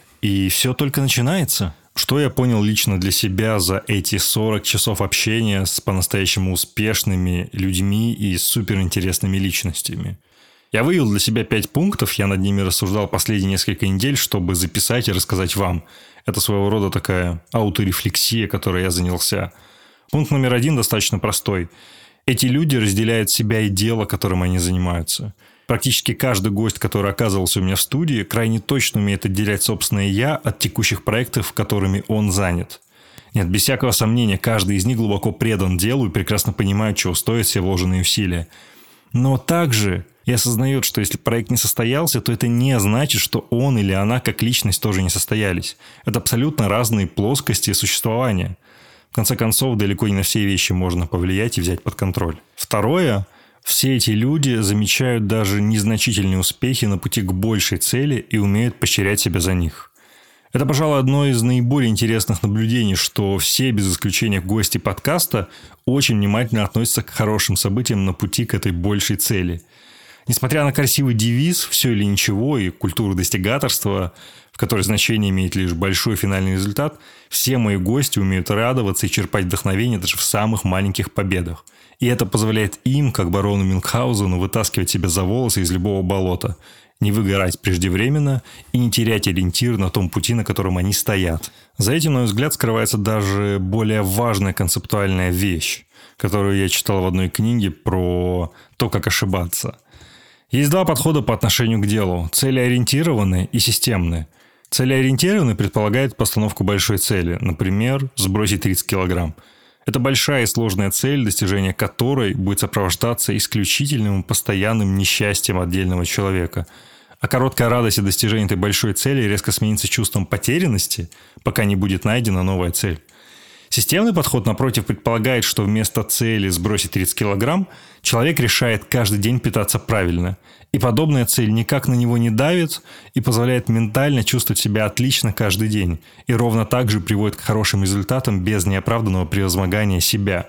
и все только начинается. Что я понял лично для себя за эти сорок часов общения с по-настоящему успешными людьми и суперинтересными личностями? Я вывел для себя пять пунктов, я над ними рассуждал последние несколько недель, чтобы записать и рассказать вам. Это своего рода такая ауторефлексия, которой я занялся. Пункт номер один достаточно простой. Эти люди разделяют себя и дело, которым они занимаются. Практически каждый гость, который оказывался у меня в студии, крайне точно умеет отделять собственное «я» от текущих проектов, которыми он занят. Нет, без всякого сомнения, каждый из них глубоко предан делу и прекрасно понимает, чего стоят все вложенные усилия. Но также и осознает, что если проект не состоялся, то это не значит, что он или она как личность тоже не состоялись. Это абсолютно разные плоскости существования. В конце концов, далеко не на все вещи можно повлиять и взять под контроль. Второе. Все эти люди замечают даже незначительные успехи на пути к большей цели и умеют поощрять себя за них. Это, пожалуй, одно из наиболее интересных наблюдений, что все, без исключения гости подкаста, очень внимательно относятся к хорошим событиям на пути к этой большей цели. Несмотря на красивый девиз «все или ничего» и культуру достигаторства, в которой значение имеет лишь большой финальный результат, все мои гости умеют радоваться и черпать вдохновение даже в самых маленьких победах. И это позволяет им, как барону Мюнхгаузену, вытаскивать себя за волосы из любого болота, не выгорать преждевременно и не терять ориентир на том пути, на котором они стоят. За этим, на мой взгляд, скрывается даже более важная концептуальная вещь, которую я читал в одной книге про то, как ошибаться. Есть два подхода по отношению к делу – целеориентированные и системные. Целеориентированный предполагает постановку большой цели, например, сбросить тридцать килограмм. Это большая и сложная цель, достижение которой будет сопровождаться исключительным и постоянным несчастьем отдельного человека. А короткая радость от достижения этой большой цели резко сменится чувством потерянности, пока не будет найдена новая цель. Системный подход, напротив, предполагает, что вместо цели сбросить тридцать килограмм, человек решает каждый день питаться правильно. И подобная цель никак на него не давит и позволяет ментально чувствовать себя отлично каждый день. И ровно так же приводит к хорошим результатам без неоправданного превозмогания себя.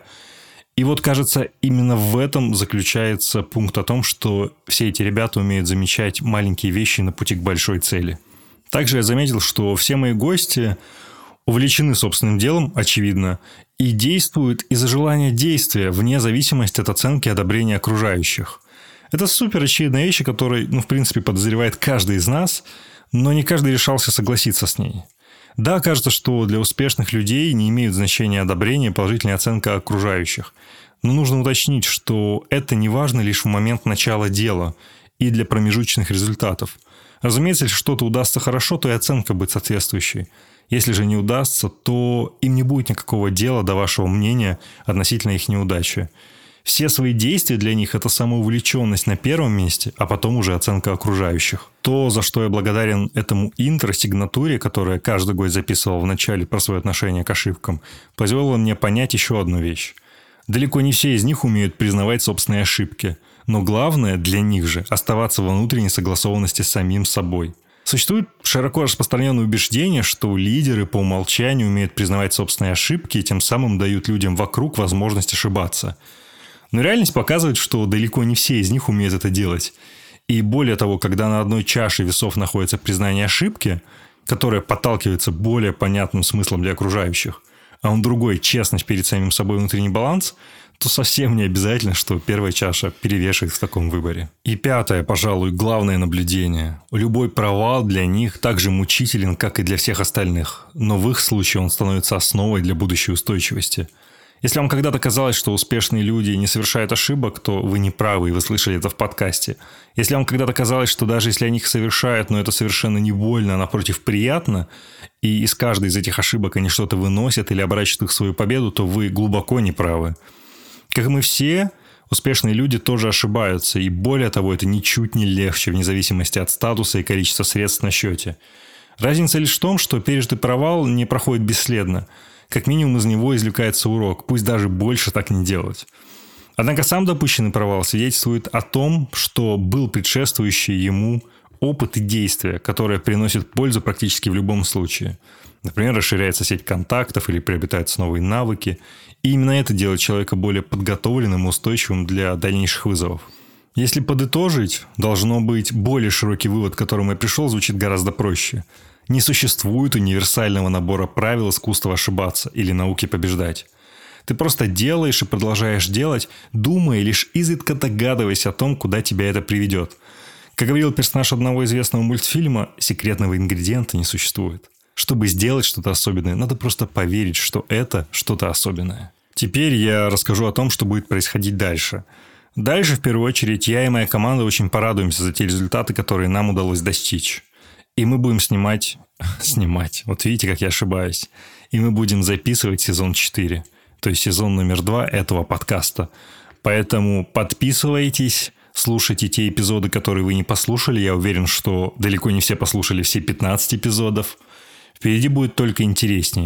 И вот, кажется, именно в этом заключается пункт о том, что все эти ребята умеют замечать маленькие вещи на пути к большой цели. Также я заметил, что все мои гости увлечены собственным делом, очевидно, и действуют из-за желания действия, вне зависимости от оценки и одобрения окружающих. Это супер очевидная вещь, которой, ну, в принципе, подозревает каждый из нас, но не каждый решался согласиться с ней. Да, кажется, что для успешных людей не имеют значения одобрение и положительная оценка окружающих. Но нужно уточнить, что это не важно лишь в момент начала дела и для промежуточных результатов. Разумеется, если что-то удастся хорошо, то и оценка будет соответствующей. Если же не удастся, то им не будет никакого дела до вашего мнения относительно их неудачи. Все свои действия для них – это самоувлеченность на первом месте, а потом уже оценка окружающих. То, за что я благодарен этому интро, сигнатуре, которую я каждый год записывал в начале про свое отношение к ошибкам, позволило мне понять еще одну вещь. Далеко не все из них умеют признавать собственные ошибки, но главное для них же – оставаться во внутренней согласованности с самим собой. Существует широко распространенное убеждение, что лидеры по умолчанию умеют признавать собственные ошибки и тем самым дают людям вокруг возможность ошибаться. Но реальность показывает, что далеко не все из них умеют это делать. И более того, когда на одной чаше весов находится признание ошибки, которое подталкивается более понятным смыслом для окружающих, а на другой – честность перед самим собой, внутренний баланс, то совсем не обязательно, что первая чаша перевешивает в таком выборе. И пятое, пожалуй, главное наблюдение. Любой провал для них так же мучителен, как и для всех остальных, но в их случае он становится основой для будущей устойчивости. Если вам когда-то казалось, что успешные люди не совершают ошибок, то вы не правы, и вы слышали это в подкасте. Если вам когда-то казалось, что даже если они их совершают, но это совершенно не больно, а напротив приятно, и из каждой из этих ошибок они что-то выносят или оборачивают их в свою победу, то вы глубоко не правы. Как и мы все, успешные люди тоже ошибаются, и более того, это ничуть не легче, вне зависимости от статуса и количества средств на счете. Разница лишь в том, что пережитый провал не проходит бесследно. Как минимум из него извлекается урок, пусть даже больше так не делать. Однако сам допущенный провал свидетельствует о том, что был предшествующий ему опыт и действия, которые приносят пользу практически в любом случае. Например, расширяется сеть контактов или приобретаются новые навыки. И именно это делает человека более подготовленным и устойчивым для дальнейших вызовов. Если подытожить, должно быть более широкий вывод, к которому я пришел, звучит гораздо проще. Не существует универсального набора правил искусства ошибаться или науки побеждать. Ты просто делаешь и продолжаешь делать, думая и лишь изредка догадываясь о том, куда тебя это приведет. Как говорил персонаж одного известного мультфильма, секретного ингредиента не существует. Чтобы сделать что-то особенное, надо просто поверить, что это что-то особенное. Теперь я расскажу о том, что будет происходить дальше. Дальше, в первую очередь, я и моя команда очень порадуемся за те результаты, которые нам удалось достичь. И мы будем снимать... Снимать. Вот видите, как я ошибаюсь. И мы будем записывать сезон четыре. То есть сезон номер два этого подкаста. Поэтому подписывайтесь, слушайте те эпизоды, которые вы не послушали. Я уверен, что далеко не все послушали все пятнадцать эпизодов. Впереди будет только интересней.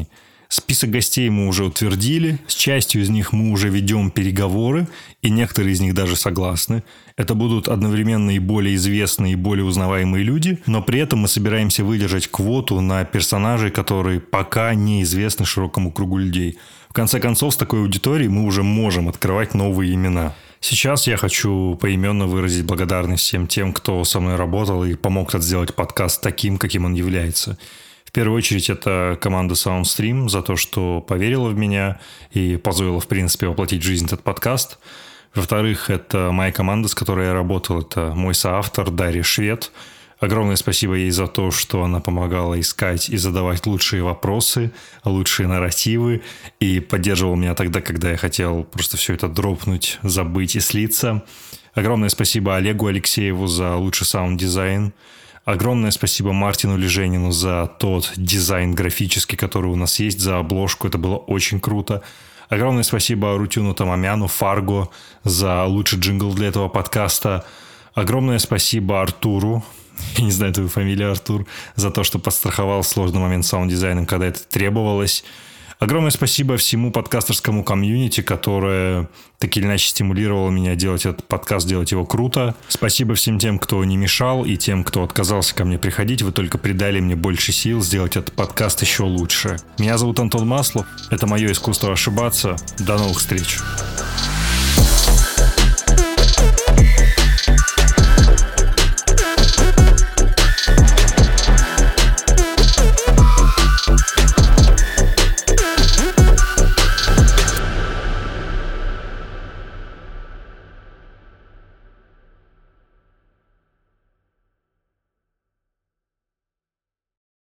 Список гостей мы уже утвердили, с частью из них мы уже ведем переговоры, и некоторые из них даже согласны. Это будут одновременно и более известные, и более узнаваемые люди, но при этом мы собираемся выдержать квоту на персонажей, которые пока неизвестны широкому кругу людей. В конце концов, с такой аудиторией мы уже можем открывать новые имена. Сейчас я хочу поименно выразить благодарность всем тем, кто со мной работал и помог сделать подкаст таким, каким он является. В первую очередь, это команда Soundstream за то, что поверила в меня и позволила, в принципе, воплотить в жизнь этот подкаст. Во-вторых, это моя команда, с которой я работал. Это мой соавтор Дарья Швед. Огромное спасибо ей за то, что она помогала искать и задавать лучшие вопросы, лучшие нарративы и поддерживала меня тогда, когда я хотел просто все это дропнуть, забыть и слиться. Огромное спасибо Олегу Алексееву за лучший саунд-дизайн. Огромное спасибо Мартину Леженину за тот дизайн графический, который у нас есть, за обложку. Это было очень круто. Огромное спасибо Рутюну Тамамяну, Фарго, за лучший джингл для этого подкаста. Огромное спасибо Артуру, я не знаю твою фамилию, Артур, за то, что подстраховал сложный момент с саунд-дизайном, когда это требовалось. Огромное спасибо всему подкастерскому комьюнити, которое так или иначе стимулировало меня делать этот подкаст, делать его круто. Спасибо всем тем, кто не мешал, и тем, кто отказался ко мне приходить. Вы только придали мне больше сил сделать этот подкаст еще лучше. Меня зовут Антон Маслов. Это мое искусство ошибаться. До новых встреч.